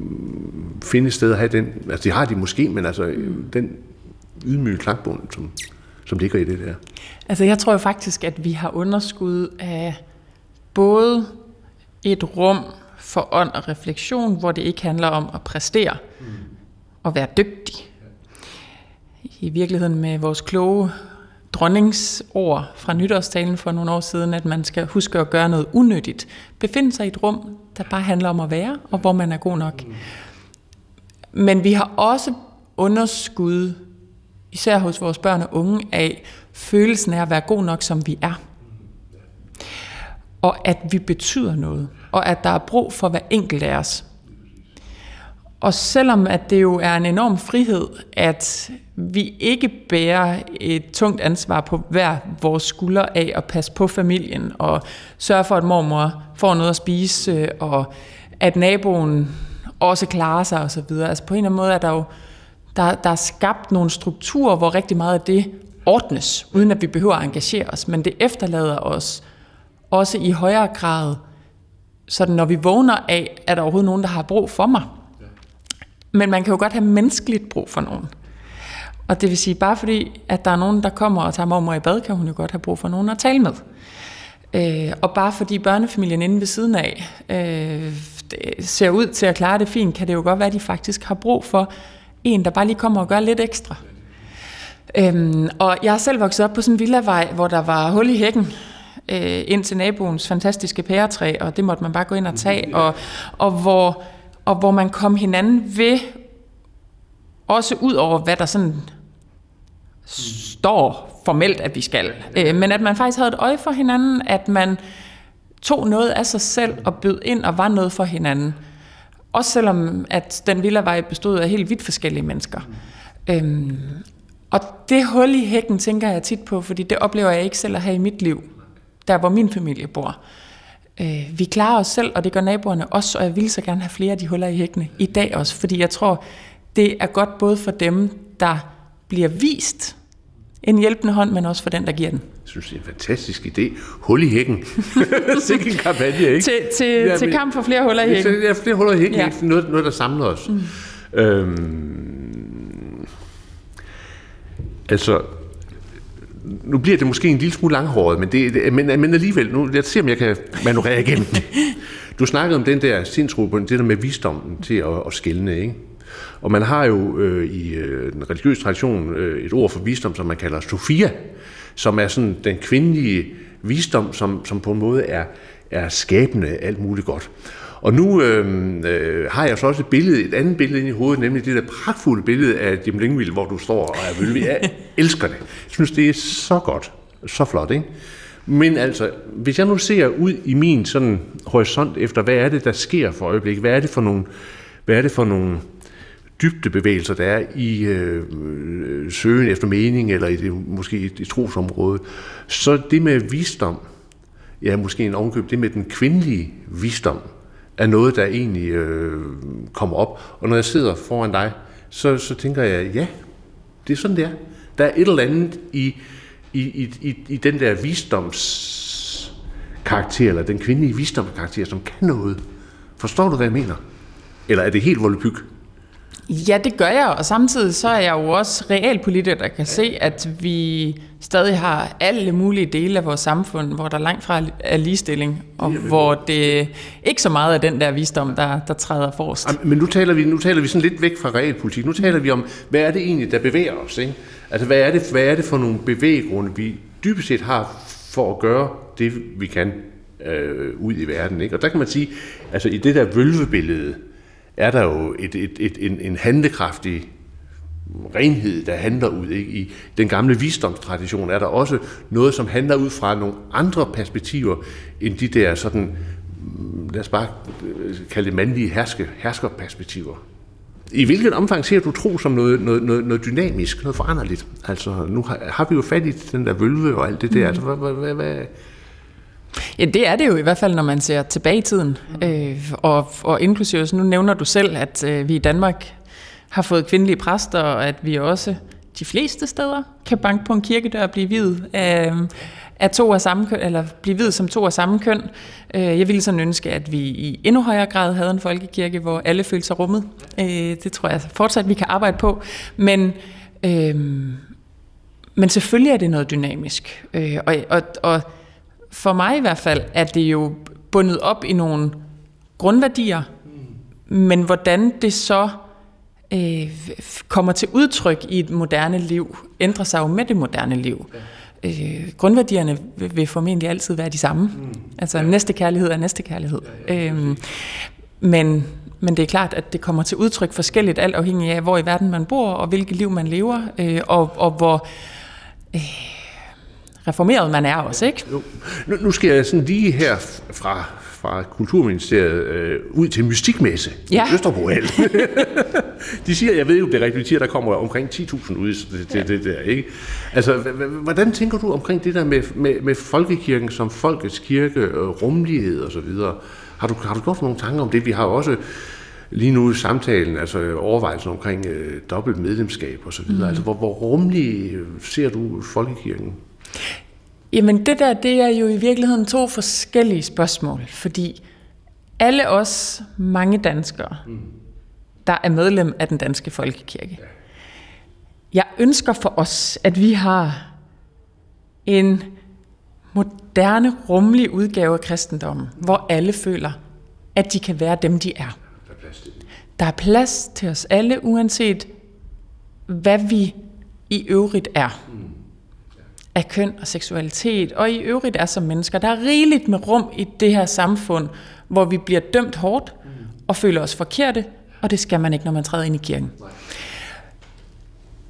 finde et sted at have den, altså det har de måske, men altså den ydmyge klangbund, som, som ligger i det der. Altså jeg tror jo faktisk, at vi har underskud af både et rum for ånd og refleksion, hvor det ikke handler om at præstere mm. og være dygtig. I virkeligheden med vores kloge dronningsord fra nytårstalen for nogle år siden, at man skal huske at gøre noget unyttigt. Befinde sig i et rum, der bare handler om at være, og hvor man er god nok. Men vi har også underskud, især hos vores børn og unge, af følelsen af at være god nok, som vi er. Og at vi betyder noget, og at der er brug for hver enkelt af os. Og selvom at det jo er en enorm frihed, at vi ikke bærer et tungt ansvar på hver vores skulder af at passe på familien, og sørge for, at mormor får noget at spise, og at naboen også klarer sig osv. Altså på en eller anden måde er der jo der, der er skabt nogle strukturer, hvor rigtig meget af det ordnes, uden at vi behøver at engagere os, men det efterlader os også i højere grad, sådan når vi vågner af, er der overhovedet nogen, der har brug for mig. Men man kan jo godt have menneskeligt brug for nogen. Og det vil sige, bare fordi, at der er nogen, der kommer og tager mormor i bad, kan hun jo godt have brug for nogen at tale med. Øh, og bare fordi børnefamilien inde ved siden af øh, ser ud til at klare det fint, kan det jo godt være, at de faktisk har brug for en, der bare lige kommer og gør lidt ekstra. Øh, og jeg har selv vokset op på sådan en villavej, hvor der var hul i hækken, øh, ind til naboens fantastiske pæretræ, og det måtte man bare gå ind og tage, og, og hvor... og hvor man kom hinanden ved, også ud over hvad der sådan står formelt, at vi skal. Øh, men at man faktisk havde et øje for hinanden, at man tog noget af sig selv og bød ind og var noget for hinanden. Også selvom at den villavej bestod af helt vidt forskellige mennesker. Mm. Øhm, og det hul i hækken tænker jeg tit på, fordi det oplever jeg ikke selv at have i mit liv, der hvor min familie bor. Øh, vi klarer os selv, og det gør naboerne også, og jeg vil så gerne have flere af de huller i hækkene i dag også, fordi jeg tror, det er godt både for dem, der bliver vist en hjælpende hånd, men også for den, der giver den. Jeg synes, det er en fantastisk idé. Hul i hækken. Sikke en kampagne, ikke? Til, til, ja, til kamp for flere huller i hækken. Ja, flere huller i hækken. Ja. Noget, noget, der samler os. Mm. Øhm, altså, nu bliver det måske en lille smule langhåret, men, det, men, men alligevel, nu, jeg ser, om jeg kan manøvrere igennem det. Du snakkede om den der sindsro, det der med visdommen til at, at skelne, ikke? Og man har jo øh, i øh, den religiøse tradition øh, et ord for visdom, som man kalder Sofia, som er sådan den kvindelige visdom, som, som på en måde er, er skabende alt muligt godt. Og nu øh, øh, har jeg så også et billede, et andet billede inde i hovedet, nemlig det der pragtfulde billede af Jim Lyngvild, hvor du står og er vølve. Jeg elsker det. Jeg synes, det er så godt, så flot, ikke? Men altså, hvis jeg nu ser ud i min sådan horisont efter, hvad er det, der sker for øjeblikket? Hvad er det for nogle, hvad er det for nogle dybdebevægelser, der er i øh, søgen efter mening, eller i det, måske i, i trosområde, så det med visdom, ja, måske en ovenkøb, det med den kvindelige visdom, er noget, der egentlig øh, kommer op. Og når jeg sidder foran dig, så, så tænker jeg, ja, det er sådan, det er. Der er et eller andet i, i, i, i, i den der visdomskarakter, eller den kvindelige visdomskarakter, som kan noget. Forstår du, hvad jeg mener? Eller er det helt volapyk? Ja, det gør jeg, og samtidig så er jeg jo også realpolitiker, der kan se, at vi stadig har alle mulige dele af vores samfund, hvor der langt fra er ligestilling, og hvor det ikke så meget af den der visdom, der, der træder forrest. Men nu taler, vi, nu taler vi sådan lidt væk fra realpolitik. Nu taler vi om, hvad er det egentlig, der bevæger os, ikke? Altså, hvad er det, hvad er det for nogle bevæggrunde, vi dybest set har for at gøre det, vi kan øh, ud i verden, ikke? Og der kan man sige, altså i det der vølvebillede, er der jo et, et, et, en, en handlekraftig renhed, der handler ud. Ikke? I den gamle visdomstradition er der også noget, som handler ud fra nogle andre perspektiver, end de der sådan, lad os bare kalde det mandlige herske, herskerperspektiver. I hvilket omfang ser du tro som noget, noget, noget, noget dynamisk, noget foranderligt? Altså, nu har, har vi jo fat i den der vølve og alt det der. Mm. Altså, hvad, hvad, hvad Ja, det er det jo i hvert fald, når man ser tilbage i tiden. Øh, og, og inklusive, så nu nævner du selv, at øh, vi i Danmark har fået kvindelige præster, og at vi også de fleste steder kan banke på en kirkedør og blive viet af, af to af samme køn, eller blive viet som to af samme køn. Øh, jeg ville sådan ønske, at vi i endnu højere grad havde en folkekirke, hvor alle følte sig rummet. Øh, det tror jeg fortsat, vi kan arbejde på. Men, øh, men selvfølgelig er det noget dynamisk. Øh, og, og, og for mig i hvert fald er det jo bundet op i nogle grundværdier, men hvordan det så øh, kommer til udtryk i et moderne liv, ændrer sig jo med det moderne liv. Øh, grundværdierne vil, vil formentlig altid være de samme. Mm. Altså ja. Næstekærlighed er næstekærlighed. Ja, ja, øhm, men, men det er klart, at det kommer til udtryk forskelligt, alt afhængig af, hvor i verden man bor, og hvilket liv man lever, øh, og, og hvor øh, reformeret man er også, ikke? Jo. Nu, nu skal jeg sådan lige her fra, fra Kulturministeriet øh, ud til Mystikmesse ja. i Østerbro. De siger, jeg ved jo det er rigtigt, de siger, der kommer omkring ti tusind ud til det, det, det der, ikke? Altså, hvordan tænker du omkring det der med, med, med folkekirken som folkets kirke, rummelighed og så videre? Har du, har du gjort nogle tanker om det? Vi har jo også lige nu i samtalen, altså overvejelsen omkring øh, dobbelt medlemskab og så videre. Mm. Altså, hvor, hvor rummelig ser du folkekirken? Jamen det der, det er jo i virkeligheden to forskellige spørgsmål, fordi alle os mange danskere, mm. der er medlem af den danske folkekirke, jeg ønsker for os, at vi har en moderne, rummelig udgave af kristendommen, hvor alle føler, at de kan være dem, de er. Der er plads til, der er plads til os alle, uanset hvad vi i øvrigt er. Mm. Af køn og seksualitet, og i øvrigt er som mennesker. Der er rigeligt med rum i det her samfund, hvor vi bliver dømt hårdt og føler os forkerte, og det skal man ikke, når man træder ind i kirken.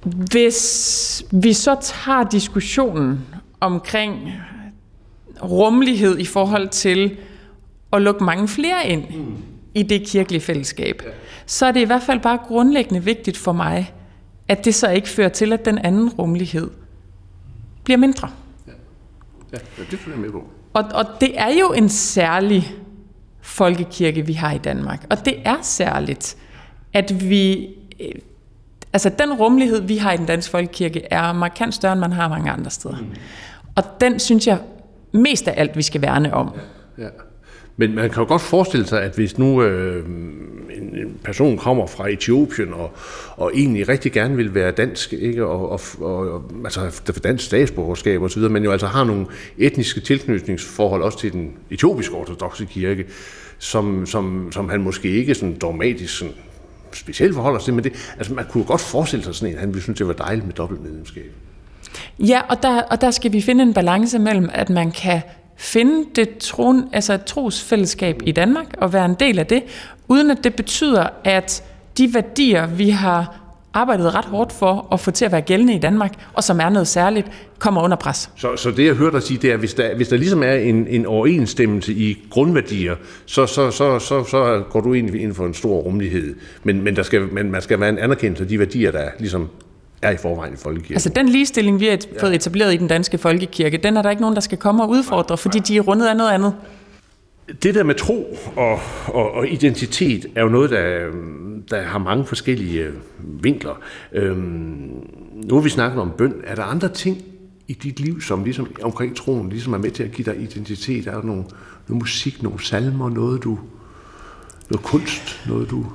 Hvis vi så tager diskussionen omkring rummelighed i forhold til at lukke mange flere ind mm. i det kirkelige fællesskab, ja. så er det i hvert fald bare grundlæggende vigtigt for mig, at det så ikke fører til, at den anden rummelighed bliver mindre. Ja, ja det følger jeg med på. Og, og det er jo en særlig folkekirke, vi har i Danmark. Og det er særligt, at vi... Altså den rummelighed, vi har i den danske folkekirke, er markant større, end man har mange andre steder. Mm. Og den synes jeg mest af alt, vi skal værne om. Ja, ja. Men man kan jo godt forestille sig, at hvis nu øh, en person kommer fra Etiopien og, og egentlig rigtig gerne vil være dansk, ikke, og, og, og altså for dansk statsborgerskab og så videre, men jo altså har nogle etniske tilknytningsforhold også til den etiopiske ortodokse kirke, som, som, som han måske ikke sådan dogmatisk sådan specielt forholder sig til, men det, altså man kunne godt forestille sig sådan en, han ville synes, det var dejligt med dobbeltmedlemskab. Ja, og der, og der skal vi finde en balance mellem, at man kan finde det tron, altså et trosfællesskab i Danmark og være en del af det, uden at det betyder, at de værdier, vi har arbejdet ret hårdt for at få til at være gældende i Danmark, og som er noget særligt, kommer under pres. Så, så det, jeg hørte dig sige, det er, hvis der, hvis der ligesom er en, en overensstemmelse i grundværdier, så, så, så, så, så går du ind, ind for en stor rummelighed. Men, men, der skal, men man skal være en anerkendelse af de værdier, der ligesom er i forvejen i folkekirken. Altså den ligestilling, vi har fået etableret i den danske folkekirke, den er der ikke nogen, der skal komme og udfordre, fordi de er rundet af noget andet. Det der med tro og, og, og identitet er jo noget, der, der har mange forskellige vinkler. Øhm, nu har vi snakket om bøn. Er der andre ting i dit liv, som ligesom omkring troen, ligesom er med til at give dig identitet? Er der nogle, noget musik, nogle salmer, noget du, noget kunst, noget du...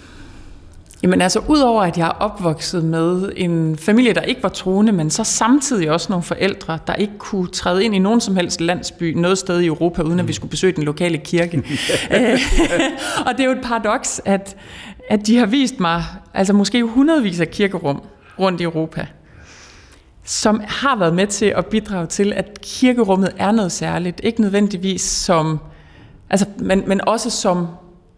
Jamen altså, udover at jeg er opvokset med en familie, der ikke var troende, men så samtidig også nogle forældre, der ikke kunne træde ind i nogen som helst landsby, noget sted i Europa, uden at vi skulle besøge den lokale kirke. Og det er jo et paradoks, at, at de har vist mig, altså måske hundredvis af kirkerum rundt i Europa, som har været med til at bidrage til, at kirkerummet er noget særligt. Ikke nødvendigvis som, altså, men, men også som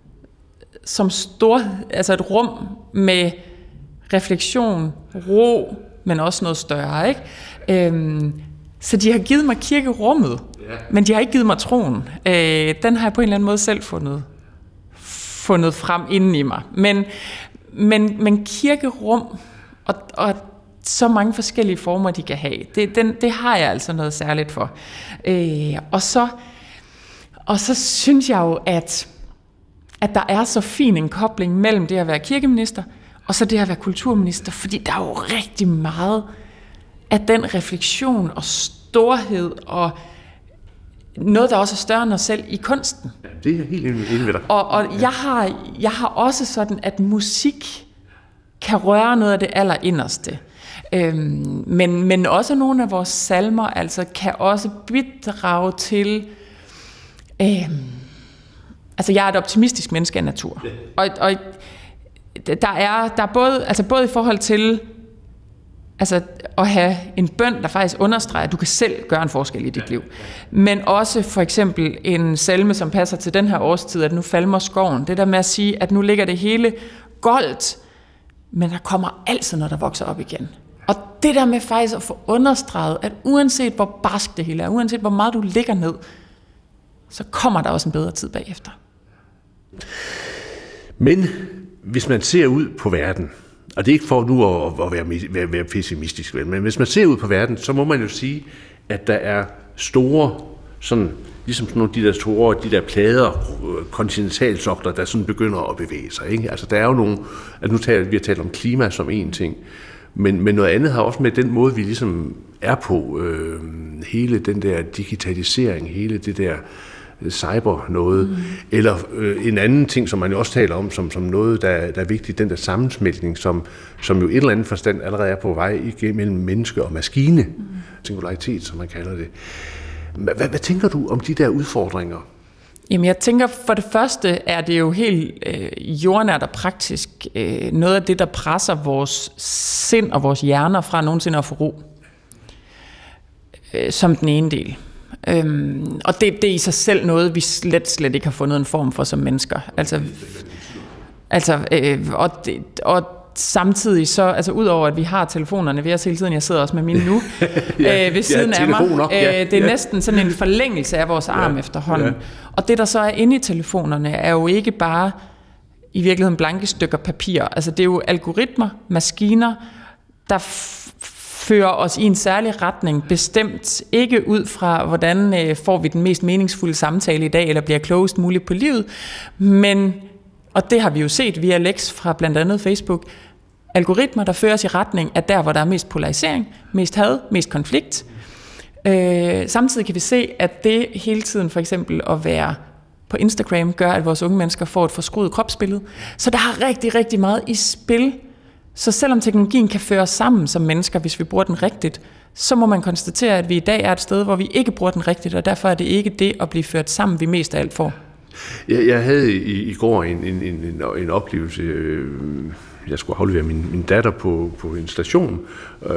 som stor, altså et rum med refleksion, ro, men også noget større, ikke? Øhm, så de har givet mig kirkerummet, ja. Men de har ikke givet mig troen. Øh, den har jeg på en eller anden måde selv fundet, fundet frem inden i mig. Men, men, men kirkerum, og, og så mange forskellige former, de kan have, det, den, det har jeg altså noget særligt for. Øh, og, så, og så synes jeg jo, at at der er så fin en kobling mellem det at være kirkeminister, og så det at være kulturminister, fordi der er jo rigtig meget af den refleksion og storhed, og noget, der også er større end os selv i kunsten. Ja, det er jeg helt enig med dig. Og, og jeg, har, jeg har også sådan, at musik kan røre noget af det allerinderste. Øhm, men, men også nogle af vores salmer altså, kan også bidrage til... Øhm, Altså, jeg er et optimistisk menneske af natur. Og, og der er, der er både, altså både i forhold til altså, at have en bøn, der faktisk understreger, at du kan selv gøre en forskel i dit liv. Men også for eksempel en salme, som passer til den her årstid, at nu falmer skoven. Det der med at sige, at nu ligger det hele goldt, men der kommer altid noget, der vokser op igen. Og det der med faktisk at få understreget, at uanset hvor barsk det hele er, uanset hvor meget du ligger ned, så kommer der også en bedre tid bagefter. Men hvis man ser ud på verden, og det er ikke for nu at, at være, være, være pessimistisk, men hvis man ser ud på verden, så må man jo sige, at der er store, sådan, ligesom sådan nogle de der store, de der plader, kontinentalsokler, der sådan begynder at bevæge sig. Ikke? Altså der er jo nogle, altså nu taler vi har talt om klima som en ting, men, men noget andet har også med den måde, vi ligesom er på, øh, hele den der digitalisering, hele det der cyber noget, mm. eller øh, en anden ting, som man jo også taler om, som, som noget, der, der er vigtigt, den der sammensmeltning, som, som jo et eller andet forstand allerede er på vej igennem mellem menneske og maskine, mm. singularitet, som man kalder det. Hvad, hvad tænker du om de der udfordringer? Jamen jeg tænker, for det første er det jo helt øh, jordnært og praktisk øh, noget af det, der presser vores sind og vores hjerner fra nogensinde at få ro. Øh, som den ene del. Øhm, og det, det er i sig selv noget, vi slet, slet ikke har fundet en form for som mennesker. Altså, altså øh, og, det, og samtidig så, altså udover at vi har telefonerne ved os hele tiden, jeg sidder også med mine nu, ja, øh, ved siden ja, af mig, øh, ja, det er ja. næsten sådan en forlængelse af vores arm ja, efterhånden. Ja. Og det, der så er inde i telefonerne, er jo ikke bare i virkeligheden blanke stykker papir. Altså det er jo algoritmer, maskiner, der f- fører os i en særlig retning, bestemt ikke ud fra, hvordan øh, får vi den mest meningsfulde samtale i dag, eller bliver klogest muligt på livet, men, og det har vi jo set via Lex fra blandt andet Facebook, algoritmer, der fører os i retning af der, hvor der er mest polarisering, mest had, mest konflikt. Øh, samtidig kan vi se, at det hele tiden for eksempel at være på Instagram gør, at vores unge mennesker får et forskruet kropsbillede. Så der er rigtig, rigtig meget i spil. Så selvom teknologien kan føre os sammen som mennesker, hvis vi bruger den rigtigt, så må man konstatere, at vi i dag er et sted, hvor vi ikke bruger den rigtigt, og derfor er det ikke det at blive ført sammen, vi mest af alt får. Jeg, jeg havde i, i går en, en, en, en oplevelse. Jeg skulle aflevere min, min datter på, på en station, øh,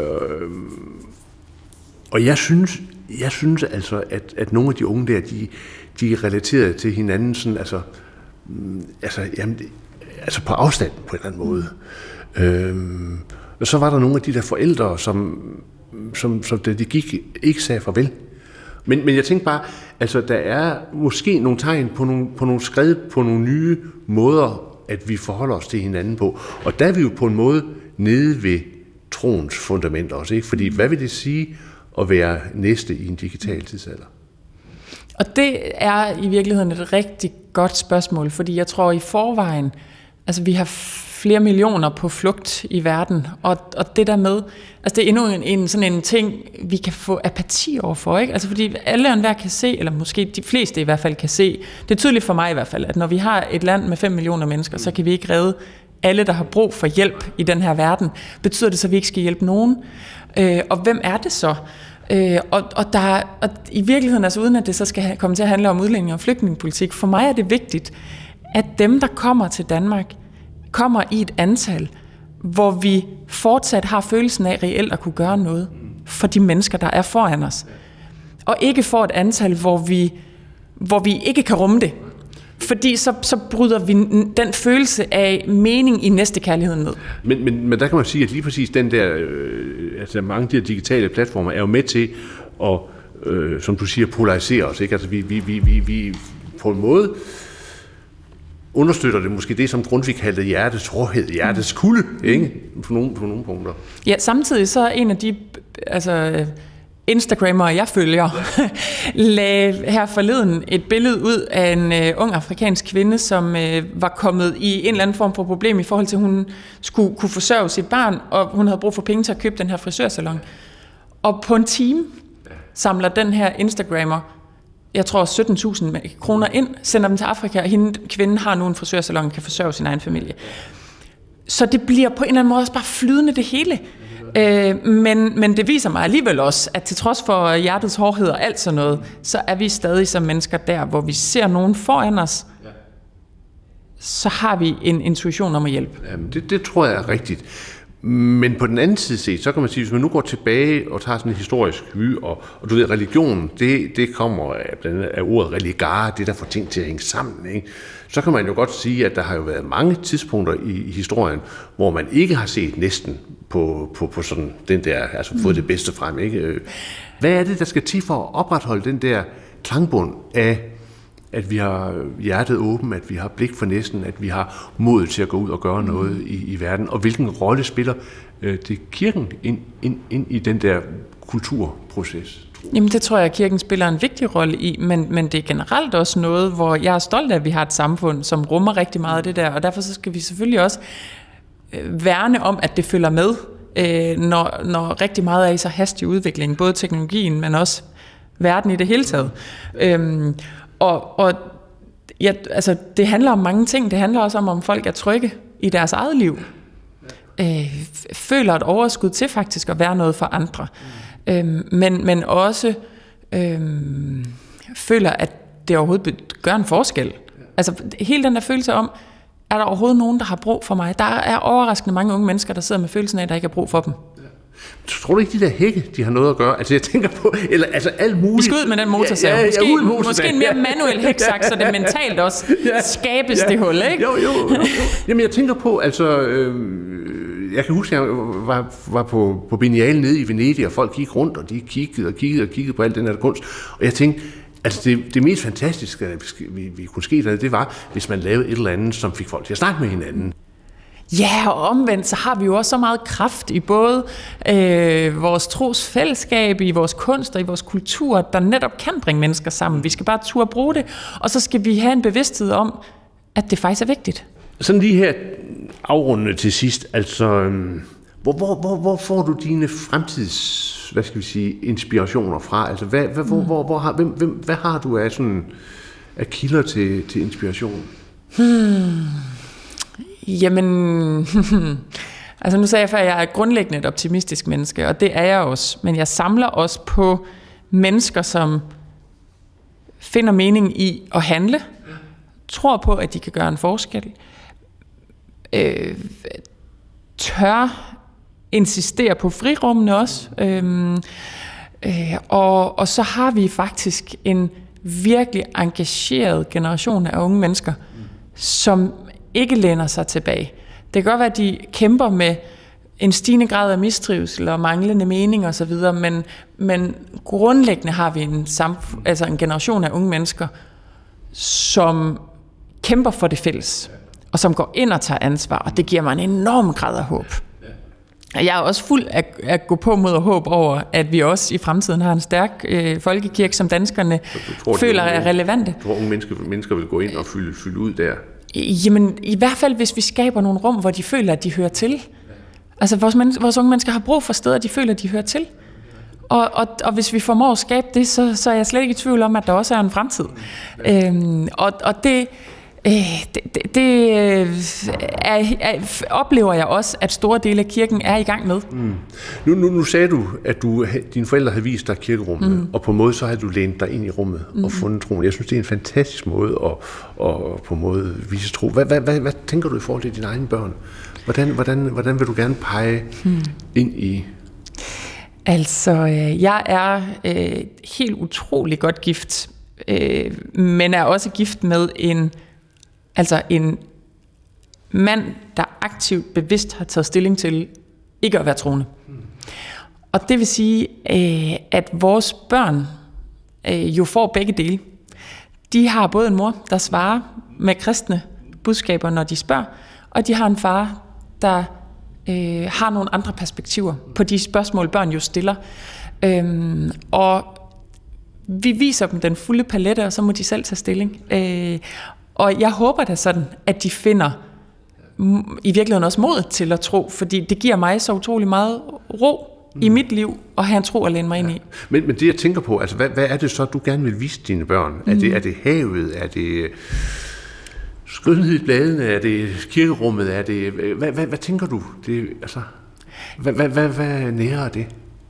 og jeg synes, jeg synes altså, at, at nogle af de unge der, de, de er relateret til hinanden sådan, altså, altså, jamen, altså på afstand på en eller anden måde. Øhm, og så var der nogle af de der forældre, som, som, som da de gik, ikke sagde farvel. Men, men jeg tænkte bare, altså der er måske nogle tegn på nogle, på nogle skred, på nogle nye måder, at vi forholder os til hinanden på. Og der er vi jo på en måde nede ved troens fundament også, ikke? Fordi hvad vil det sige at være næste i en digital tidsalder? Og det er i virkeligheden et rigtig godt spørgsmål, fordi jeg tror i forvejen, altså vi har flere millioner på flugt i verden, og, og det der med, altså det er endnu en, en sådan en ting, vi kan få apati overfor, ikke? Altså fordi alle og enhver kan se, eller måske de fleste i hvert fald kan se, det er tydeligt for mig i hvert fald, at når vi har et land med fem millioner mennesker, så kan vi ikke redde alle, der har brug for hjælp i den her verden. Betyder det så, at vi ikke skal hjælpe nogen? Øh, og hvem er det så? Øh, og, og, der, og i virkeligheden, altså uden at det så skal komme til at handle om udlænding og flygtningepolitik, for mig er det vigtigt, at dem, der kommer til Danmark, kommer i et antal, hvor vi fortsat har følelsen af reelt at kunne gøre noget for de mennesker, der er foran os. Og ikke for et antal, hvor vi, hvor vi ikke kan rumme det. Fordi så, så bryder vi den følelse af mening i næstekærligheden ned. Men, men, men der kan man sige, at lige præcis den der, øh, altså mange af de her digitale platformer er jo med til at, øh, som du siger, polarisere os. Ikke? Altså vi, vi, vi, vi, vi på en måde understøtter det måske det, som Grundtvig kaldte hjertets råhed, hjertets kulde, ikke? På nogle, på nogle punkter. Ja, samtidig så er en af de altså, Instagrammer, jeg følger, lagde her forleden et billede ud af en uh, ung afrikansk kvinde, som uh, var kommet i en eller anden form for problem i forhold til, at hun skulle kunne forsørge sit barn, og hun havde brug for penge til at købe den her frisørsalon. Og på en time samler den her Instagrammer, jeg tror sytten tusind kroner ind, sender dem til Afrika, og hende, kvinden har nu en frisørsalon og kan forsørge sin egen familie. Så det bliver på en eller anden måde også bare flydende det hele. Øh, men, men det viser mig alligevel også, at til trods for hjertets hårdhed og alt sådan noget, så er vi stadig som mennesker der, hvor vi ser nogen foran os, så har vi en intuition om at hjælpe. Jamen, det, det tror jeg er rigtigt. Men på den anden side set, så kan man sige, hvis man nu går tilbage og tager sådan en historisk vy, og, og du ved, religion, det, det kommer af, blandt andet af ordet religare, det der får ting til at hænge sammen, ikke? Så kan man jo godt sige, at der har jo været mange tidspunkter i, i historien, hvor man ikke har set næsten på, på, på sådan den der, altså fået det bedste frem, ikke? Hvad er det, der skal til for at opretholde den der klangbund af, at vi har hjertet åbent, at vi har blik for næsten, at vi har mod til at gå ud og gøre noget i, i verden, og hvilken rolle spiller øh, det kirken ind, ind, ind i den der kulturproces? Jamen det tror jeg, at kirken spiller en vigtig rolle i, men, men det er generelt også noget, hvor jeg er stolt af, at vi har et samfund, som rummer rigtig meget af det der, og derfor så skal vi selvfølgelig også øh, værne om, at det følger med, øh, når, når rigtig meget er i så hastig udvikling, både teknologien, men også verden i det hele taget. Øhm, Og, og ja, altså, det handler om mange ting. Det handler også om, om folk er trygge i deres eget liv. Øh, føler et overskud til faktisk at være noget for andre. Mm. Øh, men, men også øh, føler, at det overhovedet gør en forskel. Altså hele den der følelse om, er der overhovedet nogen, der har brug for mig? Der er overraskende mange unge mennesker, der sidder med følelsen af, at der ikke er brug for dem. Tror du ikke, de der hække, de har noget at gøre? Altså, jeg tænker på, eller altså alt muligt. Vi skal ud med den motorsav. Ja, ja, måske, ja, motorsav. Måske en mere manuel hæksaks, så det mentalt også ja, skabes ja, det hul, ikke? Jo, jo, jo. Jamen, jeg tænker på, altså, øh, jeg kan huske, at jeg var, var på, på Biennale nede i Venedig, og folk gik rundt, og de kiggede og kiggede og kiggede på alt den her kunst. Og jeg tænkte, altså det, det mest fantastiske, vi, vi kunne ske der, det var, hvis man lavede et eller andet, som fik folk til at snakke med hinanden. Ja, og omvendt, så har vi jo også så meget kraft i både øh, vores trosfællesskab, i vores kunst og i vores kultur, der netop kan bringe mennesker sammen. Vi skal bare turde bruge det, og så skal vi have en bevidsthed om, at det faktisk er vigtigt. Sådan lige her afrundende til sidst, altså, hvor, hvor, hvor, hvor får du dine fremtids, hvad skal vi sige, inspirationer fra? Altså, hvad, hvad, hvor, hvor, hvor har, hvem, hvem, hvad har du af, sådan, af kilder til, til inspiration? Hmm. Jamen, altså nu sagde jeg før, at jeg er grundlæggende et optimistisk menneske, og det er jeg også. Men jeg samler også på mennesker, som finder mening i at handle, tror på, at de kan gøre en forskel, øh, tør insistere på frirummene også, øh, øh, og, og så har vi faktisk en virkelig engageret generation af unge mennesker, som ikke læner sig tilbage. Det kan godt være, at de kæmper med en stigende grad af mistrivsel og manglende mening og så videre, men, men grundlæggende har vi en, samf- altså en generation af unge mennesker, som kæmper for det fælles, og som går ind og tager ansvar, og det giver mig en enorm grad af håb. Jeg er også fuld af at gå på mod og håb over, at vi også i fremtiden har en stærk øh, folkekirke, som danskerne tror, føler unge, er relevante. Jeg tror, unge mennesker, mennesker vil gå ind og fylde, fylde ud der. Jamen, i hvert fald, hvis vi skaber nogle rum, hvor de føler, at de hører til. Altså, vores, men- vores unge mennesker har brug for steder, de føler, at de hører til. Og, og, og hvis vi formår at skabe det, så, så er jeg slet ikke i tvivl om, at der også er en fremtid. Øhm, og, og det... Øh, det, det, det er, er, oplever jeg også, at store dele af kirken er i gang med. Mm. Nu, nu, nu sagde du, at du, dine forældre havde vist dig kirkerummet, mm. og på en måde så havde du lænet dig ind i rummet mm. og fundet troen. Jeg synes, det er en fantastisk måde at, at på en måde vise tro. Hvad, hvad, hvad, hvad tænker du i forhold til dine egne børn? Hvordan, hvordan, hvordan vil du gerne pege mm. ind i... Altså, jeg er øh, helt utrolig godt gift, øh, men er også gift med en Altså en mand, der aktivt bevidst har taget stilling til ikke at være troende. Mm. Og det vil sige, at vores børn jo får begge dele. De har både en mor, der svarer med kristne budskaber, når de spørger, og de har en far, der øh, har nogle andre perspektiver på de spørgsmål, børn jo stiller. Øhm, og vi viser dem den fulde palette, og så må de selv tage stilling. Øh, Og jeg håber da sådan, at de finder i virkeligheden også mod til at tro, fordi det giver mig så utrolig meget ro mm. i mit liv at have en tro at læne mig ind i. Ja. Men, men det jeg tænker på, altså hvad, hvad er det så, du gerne vil vise dine børn? Mm. Er, det, er det havet? Er det skønhed i bladene? Er det kirkerummet? Er det, hvad, hvad, hvad tænker du? Det, altså, hvad, hvad, hvad, hvad nærer det?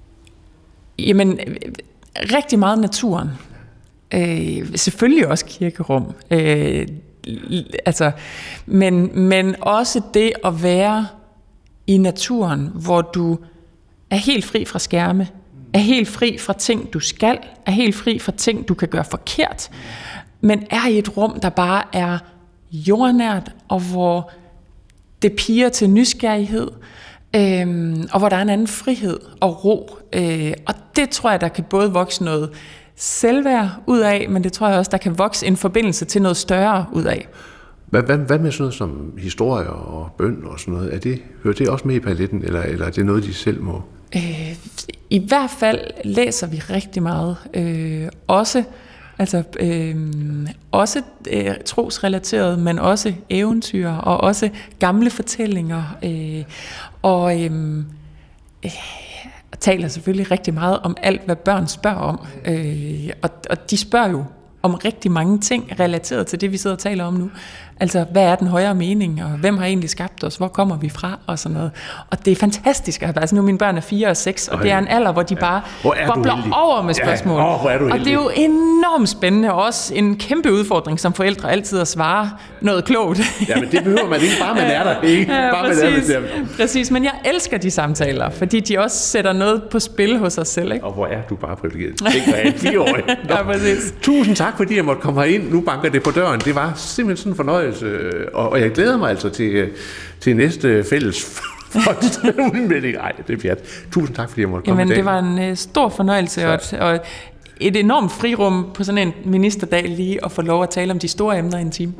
Jamen, rigtig meget naturen. Øh, selvfølgelig også kirkerum, øh, altså, men, men også det at være i naturen, hvor du er helt fri fra skærme, er helt fri fra ting, du skal, er helt fri fra ting, du kan gøre forkert, men er i et rum, der bare er jordnært, og hvor det piger til nysgerrighed, øh, og hvor der er en anden frihed og ro, øh, og det tror jeg, der kan både vokse noget selvværd ud af, men det tror jeg også, der kan vokse en forbindelse til noget større ud af. Hvad, hvad, hvad med sådan noget som historier og bøn og sådan noget? Er det, hører det også med i paletten, eller, eller er det noget, de selv må? Øh, I hvert fald læser vi rigtig meget. Øh, også altså, øh, også øh, trosrelateret, men også eventyr, og også gamle fortællinger. Øh, og øh, øh, taler selvfølgelig rigtig meget om alt, hvad børn spørger om. Øh, og, og de spørger jo om rigtig mange ting relateret til det, vi sidder og taler om nu. Altså, hvad er den højere mening, og hvem har egentlig skabt os, hvor kommer vi fra, og sådan noget. Og det er fantastisk. Altså, nu mine børn er fire og seks, og, og det er en alder, hvor de bare ja. bobler over med spørgsmål. Ja. Oh, og det er jo enormt spændende, og også en kæmpe udfordring som forældre altid at svare noget klogt. Ja, men det behøver man ikke, bare man er der. Ikke? Ja, bare præcis, man er der. præcis, men jeg elsker de samtaler, fordi de også sætter noget på spil hos os selv. Ikke? Og hvor er du bare privilegeret. Tænk dig, fireårig. Ja, præcis. Tusind tak, fordi jeg måtte komme herind. Nu banker det på døren. Det var simpelthen sådan en fornøjelse. Og jeg glæder mig altså til, til næste fælles for den udmelding. Ej, det er pjat. Tusind tak, fordi jeg måtte komme Jamen, i dag. det var en uh, stor fornøjelse, og et, og et enormt frirum på sådan en ministerdag lige at få lov at tale om de store emner i en time.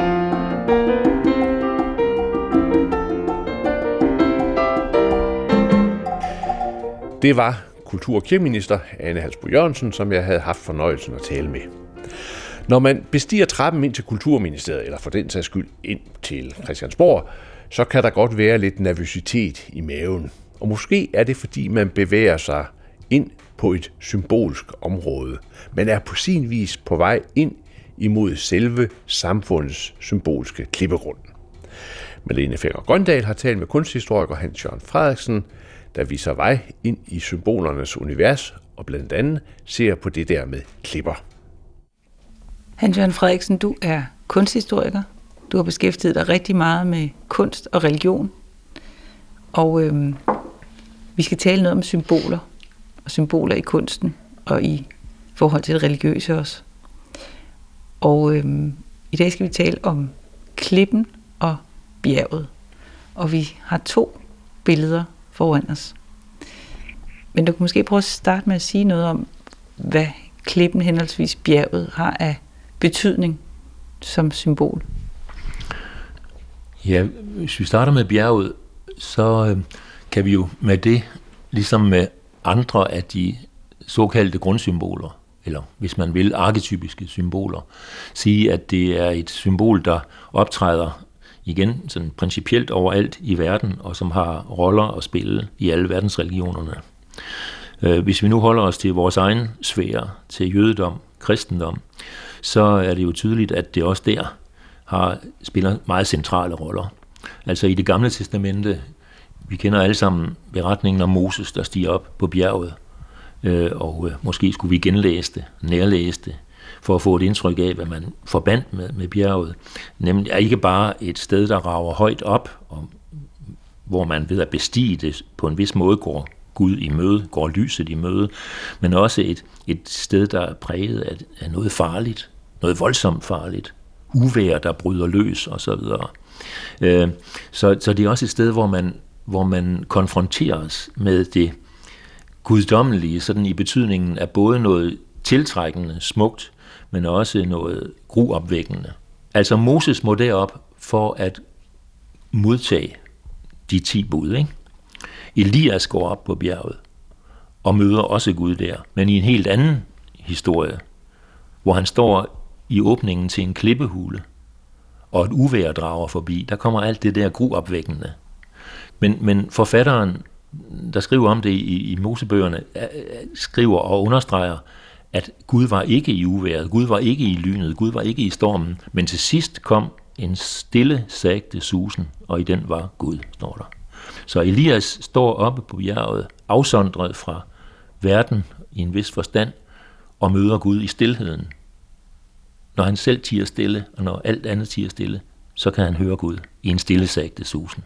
Det var kultur- og kirkeminister Ane Halsboe Jørgensen, som jeg havde haft fornøjelsen at tale med. Når man bestiger trappen ind til Kulturministeriet, eller for den sags skyld ind til Christiansborg, så kan der godt være lidt nervøsitet i maven. Og måske er det, fordi man bevæger sig ind på et symbolsk område. Man er på sin vis på vej ind imod selve samfundets symbolske klippegrund. Malene Fenger-Grøndal har talt med kunsthistoriker Hans Jørgen Frederiksen, der viser vej ind i symbolernes univers og blandt andet ser på det der med klipper. Hans Jørgen Frederiksen, du er kunsthistoriker. Du har beskæftiget dig rigtig meget med kunst og religion. Og øhm, vi skal tale noget om symboler, og symboler i kunsten, og i forhold til det religiøse også. Og øhm, i dag skal vi tale om klippen og bjerget. Og vi har to billeder foran os. Men du kan måske prøve at starte med at sige noget om, hvad klippen henholdsvis bjerget har af betydning som symbol. Ja, hvis vi starter med bjerget, så øh, kan vi jo med det, ligesom med andre af de såkaldte grundsymboler, eller hvis man vil arketypiske symboler, sige, at det er et symbol, der optræder igen sådan principielt overalt i verden, og som har roller at spille i alle verdensreligionerne. Hvis vi nu holder os til vores egen sfære, til jødedom, kristendom, så er det jo tydeligt, at det også der har, spiller meget centrale roller. Altså i det gamle testamente, vi kender alle sammen beretningen om Moses, der stiger op på bjerget, og måske skulle vi genlæse det, nærlæse det, for at få et indtryk af, hvad man forbandt med, med bjerget. Nemlig er ikke bare et sted, der rager højt op, og hvor man ved at bestige det på en vis måde går Gud i møde, går lyset i møde, men også et, et sted, der er præget af, af noget farligt, noget voldsomt farligt, uvejr, der bryder løs osv. Øh, så, så det er også et sted, hvor man, hvor man konfronteres med det guddommelige, sådan i betydningen af både noget tiltrækkende, smukt, men også noget gruopvækkende. Altså Moses må derop for at modtage de ti bud, ikke? Elias går op på bjerget og møder også Gud der, men i en helt anden historie, hvor han står i åbningen til en klippehule, og et uvejr drager forbi. Der kommer alt det der gruopvækkende. Men, men forfatteren, der skriver om det i, i Mosebøgerne, skriver og understreger, at Gud var ikke i uvejret, Gud var ikke i lynet, Gud var ikke i stormen, men til sidst kom en stille sagte susen, og i den var Gud, står der. Så Elias står oppe på bjerget, afsondret fra verden i en vis forstand, og møder Gud i stilheden. Når han selv tier stille, og når alt andet tier stille, så kan han høre Gud i en stille sagte susen.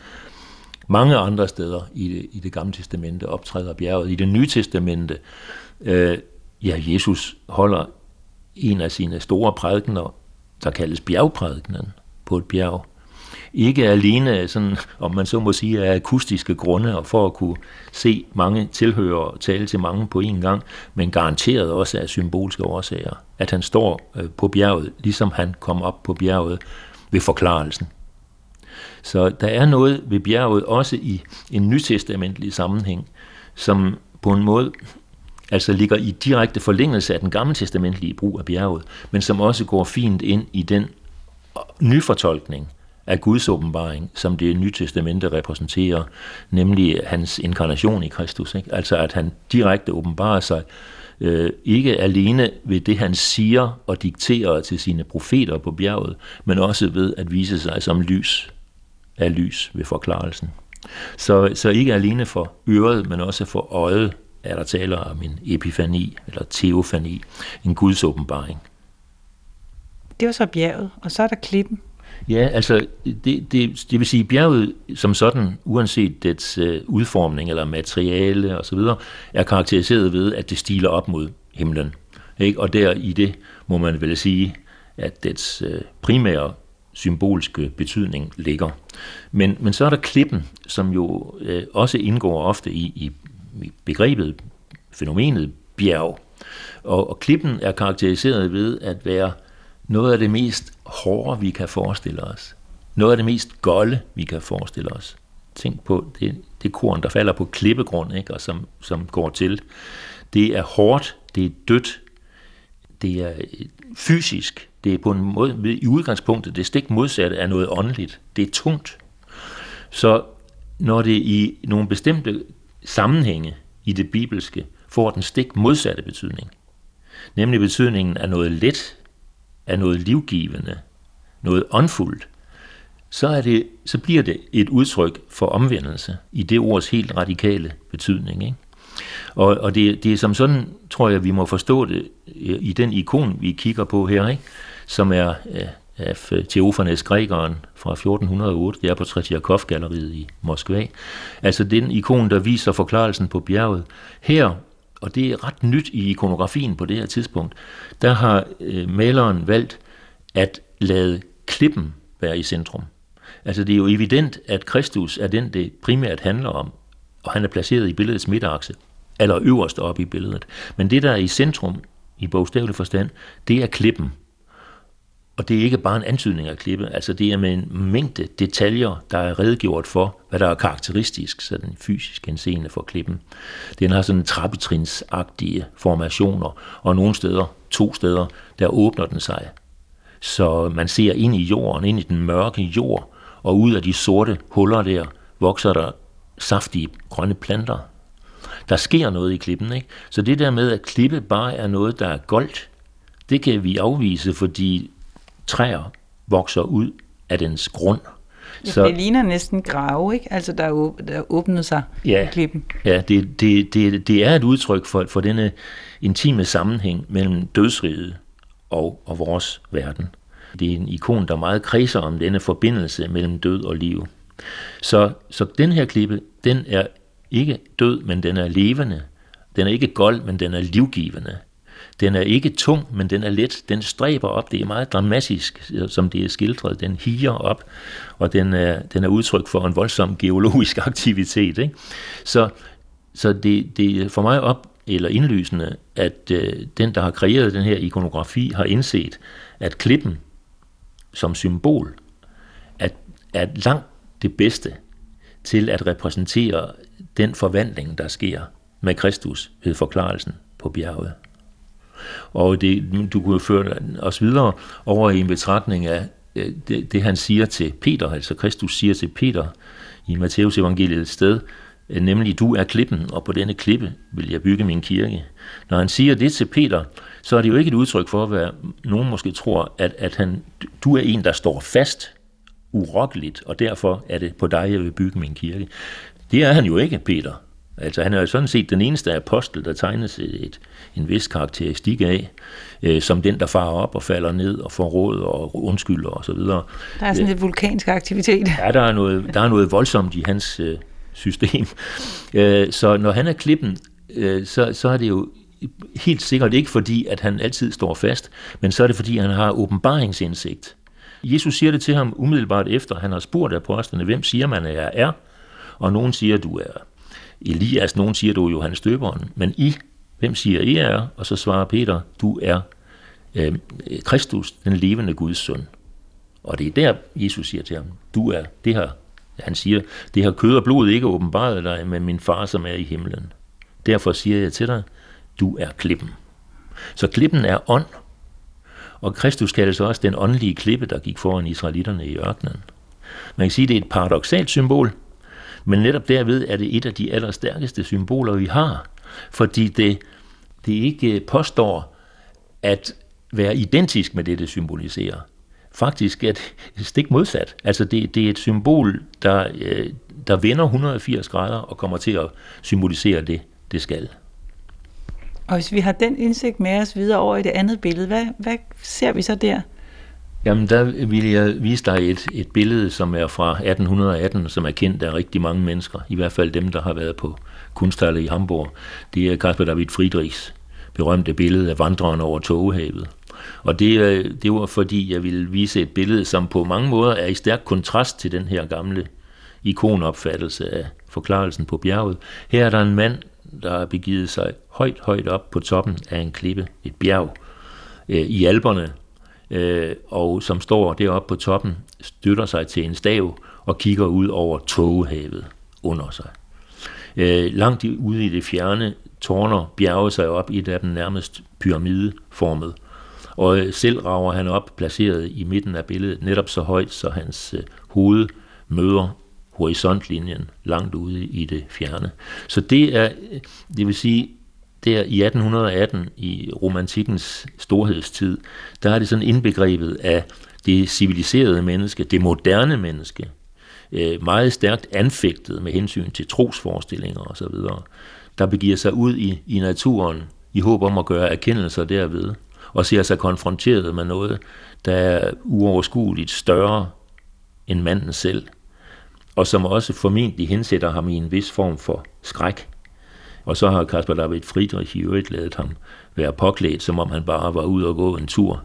Mange andre steder i det, i det gamle testamente optræder bjerget. I det nye testamente, øh, ja, Jesus holder en af sine store prædikener, der kaldes bjergprædikenen, på et bjerg. Ikke alene, sådan, om man så må sige, af akustiske grunde, og for at kunne se mange tilhørere og tale til mange på en gang, men garanteret også af symbolske årsager. At han står på bjerget, ligesom han kom op på bjerget ved forklarelsen. Så der er noget ved bjerget, også i en nytestamentlig sammenhæng, som på en måde altså ligger i direkte forlængelse af den gamle testamentlige brug af bjerget, men som også går fint ind i den nyfortolkning af Guds åbenbaring, som det nye testamente repræsenterer, nemlig hans inkarnation i Kristus. Ikke? Altså at han direkte åbenbarer sig, øh, ikke alene ved det, han siger og dikterer til sine profeter på bjerget, men også ved at vise sig som lys af lys ved forklarelsen. Så, så ikke alene for øret, men også for øjet, er der taler om en epifani, eller teofani, en Guds åbenbaring. Det var så bjerget, og så er der klippen. Ja, altså, det, det, det vil sige, bjerget som sådan, uanset dets øh, udformning eller materiale osv., er karakteriseret ved, at det stiler op mod himlen. Ikke? Og der i det må man vel sige, at dets øh, primære symbolske betydning ligger. Men, men så er der klippen, som jo øh, også indgår ofte i, i, i begrebet, fænomenet bjerg. Og, og klippen er karakteriseret ved at være noget af det mest hårde, vi kan forestille os. Noget af det mest golde, vi kan forestille os. Tænk på det, det korn, der falder på klippegrund, ikke? Og som, som går til. Det er hårdt, det er dødt, det er fysisk, det er på en måde, i udgangspunktet, det stik modsatte er noget åndeligt. Det er tungt. Så når det i nogle bestemte sammenhænge i det bibelske får den stik modsatte betydning, nemlig betydningen af noget let, af noget livgivende, noget åndfuldt, så, er det, så bliver det et udtryk for omvendelse i det ords helt radikale betydning. Ikke? Og, og det, det er som sådan, tror jeg, vi må forstå det i den ikon, vi kigger på her, ikke? Som er af Teofanes grækeren fra fjorten hundrede og otte, det er på Tretjakov-galleriet i Moskva. Altså den ikon, der viser forklarelsen på bjerget. Her, og det er ret nyt i ikonografien på det her tidspunkt, der har øh, maleren valgt at lade klippen være i centrum. Altså det er jo evident, at Kristus er den, det primært handler om, og han er placeret i billedets midterakse, eller øverst oppe i billedet. Men det, der er i centrum, i bogstavelig forstand, det er klippen. Og det er ikke bare en antydning af klippe, altså det er med en mængde detaljer, der er redegjort for, hvad der er karakteristisk, så den fysiske henseende for klippen. Den har sådan trappetrinsagtige formationer, og nogle steder, to steder, der åbner den sig. Så man ser ind i jorden, ind i den mørke jord, og ud af de sorte huller der, vokser der saftige grønne planter. Der sker noget i klippen, ikke? Så det der med, at klippe bare er noget, der er goldt, det kan vi afvise, fordi træer vokser ud af dens grund. Ja, så det ligner næsten grave, ikke? Altså, der er, der åbnet sig ja, i klippen. Ja, det, det, det, det er et udtryk for, for denne intime sammenhæng mellem dødsriget og, og vores verden. Det er en ikon, der meget kredser om denne forbindelse mellem død og liv. Så, så den her klippe, den er ikke død, men den er levende. Den er ikke gold, men den er livgivende. Den er ikke tung, men den er let. Den stræber op. Det er meget dramatisk, som det er skildret. Den higer op, og den er, den er udtryk for en voldsom geologisk aktivitet. Ikke? Så, så det, det er for mig op eller indlysende, at øh, den, der har kreeret den her ikonografi, har indset, at klippen som symbol er, er langt det bedste til at repræsentere den forvandling, der sker med Kristus ved forklarelsen på bjerget. Og det, du kunne føre os videre over i en betragtning af det, det han siger til Peter, altså Kristus siger til Peter i Matteus evangeliets sted, nemlig du er klippen, og på denne klippe vil jeg bygge min kirke. Når han siger det til Peter, så er det jo ikke et udtryk for, hvad nogen måske tror, at, at han, du er en, der står fast, urokkeligt, og derfor er det på dig, jeg vil bygge min kirke. Det er han jo ikke, Peter. Altså han er jo sådan set den eneste apostel, der tegnes et, en vis karakteristik af, øh, som den, der farer op og falder ned og får råd og undskylder og så videre. Der er sådan lidt vulkansk aktivitet. Ja, der er noget, der er noget voldsomt i hans øh, system. Øh, så når han er klippen, øh, så, så er det jo helt sikkert ikke fordi, at han altid står fast, men så er det fordi, han har åbenbaringsindsigt. Jesus siger det til ham umiddelbart efter, han har spurgt apostlene, hvem siger man, at jeg er? Og nogen siger, du er Elias, nogen siger, du er Johannes Døberen, men I, hvem siger I er? Og så svarer Peter, du er øh, Kristus, den levende Guds søn. Og det er der, Jesus siger til ham, du er det her, han siger, det her kød og blod ikke åbenbaret dig, men min far, som er i himlen. Derfor siger jeg til dig, du er klippen. Så klippen er ånd, og Kristus kaldes også den åndelige klippe, der gik foran israelitterne i ørkenen. Man kan sige, det er et paradoksalt symbol, men netop derved er det et af de allerstærkeste symboler, vi har, fordi det, det ikke påstår at være identisk med det, det symboliserer. Faktisk er det stik modsat. Altså det, det er et symbol, der, der vender et hundrede og firs grader og kommer til at symbolisere det, det skal. Og hvis vi har den indsigt med os videre over i det andet billede, hvad, hvad ser vi så der? Jamen, der vil jeg vise dig et, et billede, som er fra atten atten, som er kendt af rigtig mange mennesker, i hvert fald dem, der har været på Kunsthalle i Hamburg. Det er Caspar David Friedrichs berømte billede af vandreren over Tågehavet. Og det, det var fordi, jeg ville vise et billede, som på mange måder er i stærk kontrast til den her gamle ikonopfattelse af forklarelsen på bjerget. Her er der en mand, der har begivet sig højt, højt op på toppen af en klippe, et bjerg øh, i Alperne, øh, og som står deroppe på toppen, støtter sig til en stav og kigger ud over tågehavet under sig. Øh, langt ude i det fjerne tårner bjerget sig op, et af dem nærmest pyramideformet, og selv rager han op, placeret i midten af billedet, netop så højt, så hans øh, hoved møder horisontlinjen langt ude i det fjerne. Så det er, det vil sige, der i atten atten, i romantikkens storhedstid, der er det sådan indbegrebet af det civiliserede menneske, det moderne menneske, meget stærkt anfægtet med hensyn til trosforestillinger osv., der begiver sig ud i, i naturen i håb om at gøre erkendelser derved, og ser sig konfronteret med noget, der er uoverskueligt større end manden selv, og som også formentlig hensætter ham i en vis form for skræk. Og så har Caspar David Friedrich i øvrigt ladet ham være påklædt, som om han bare var ude og gå en tur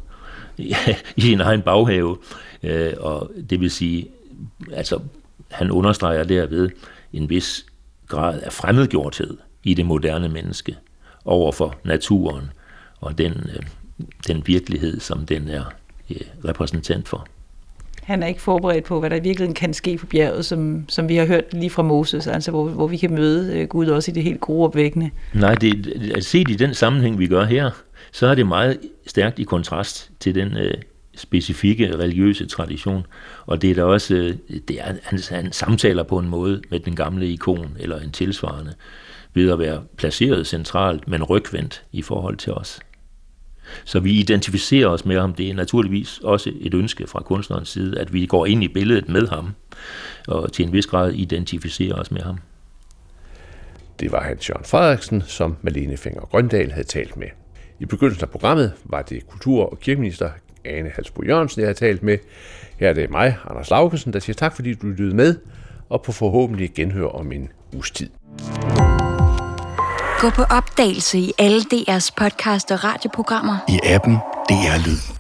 i sin egen baghave. Og det vil sige, altså han understreger derved en vis grad af fremmedgjorthed i det moderne menneske over for naturen og den, den virkelighed, som den er repræsentant for. Han er ikke forberedt på, hvad der i virkeligheden kan ske på bjerget, som, som vi har hørt lige fra Moses, altså hvor, hvor vi kan møde Gud også i det helt gruopvækkende. Nej, det, at set i den sammenhæng, vi gør her, så er det meget stærkt i kontrast til den øh, specifikke religiøse tradition, og det er da også, øh, det er, han, han samtaler på en måde med den gamle ikon, eller en tilsvarende, ved at være placeret centralt, men rygvendt i forhold til os. Så vi identificerer os med ham. Det er naturligvis også et ønske fra kunstnerens side, at vi går ind i billedet med ham, og til en vis grad identificerer os med ham. Det var Hans Jørgen Frederiksen, som Malene Fenger-Grøndahl havde talt med. I begyndelsen af programmet var det kultur- og kirkeminister Ane Halsboe-Jørgensen, jeg havde talt med. Her er det mig, Anders Laugesen, der siger tak, fordi du lyttede med, og på forhåbentlig genhør om en uges tid. Gå på opdagelse i alle D R's podcast og radioprogrammer. I appen D R Lyd.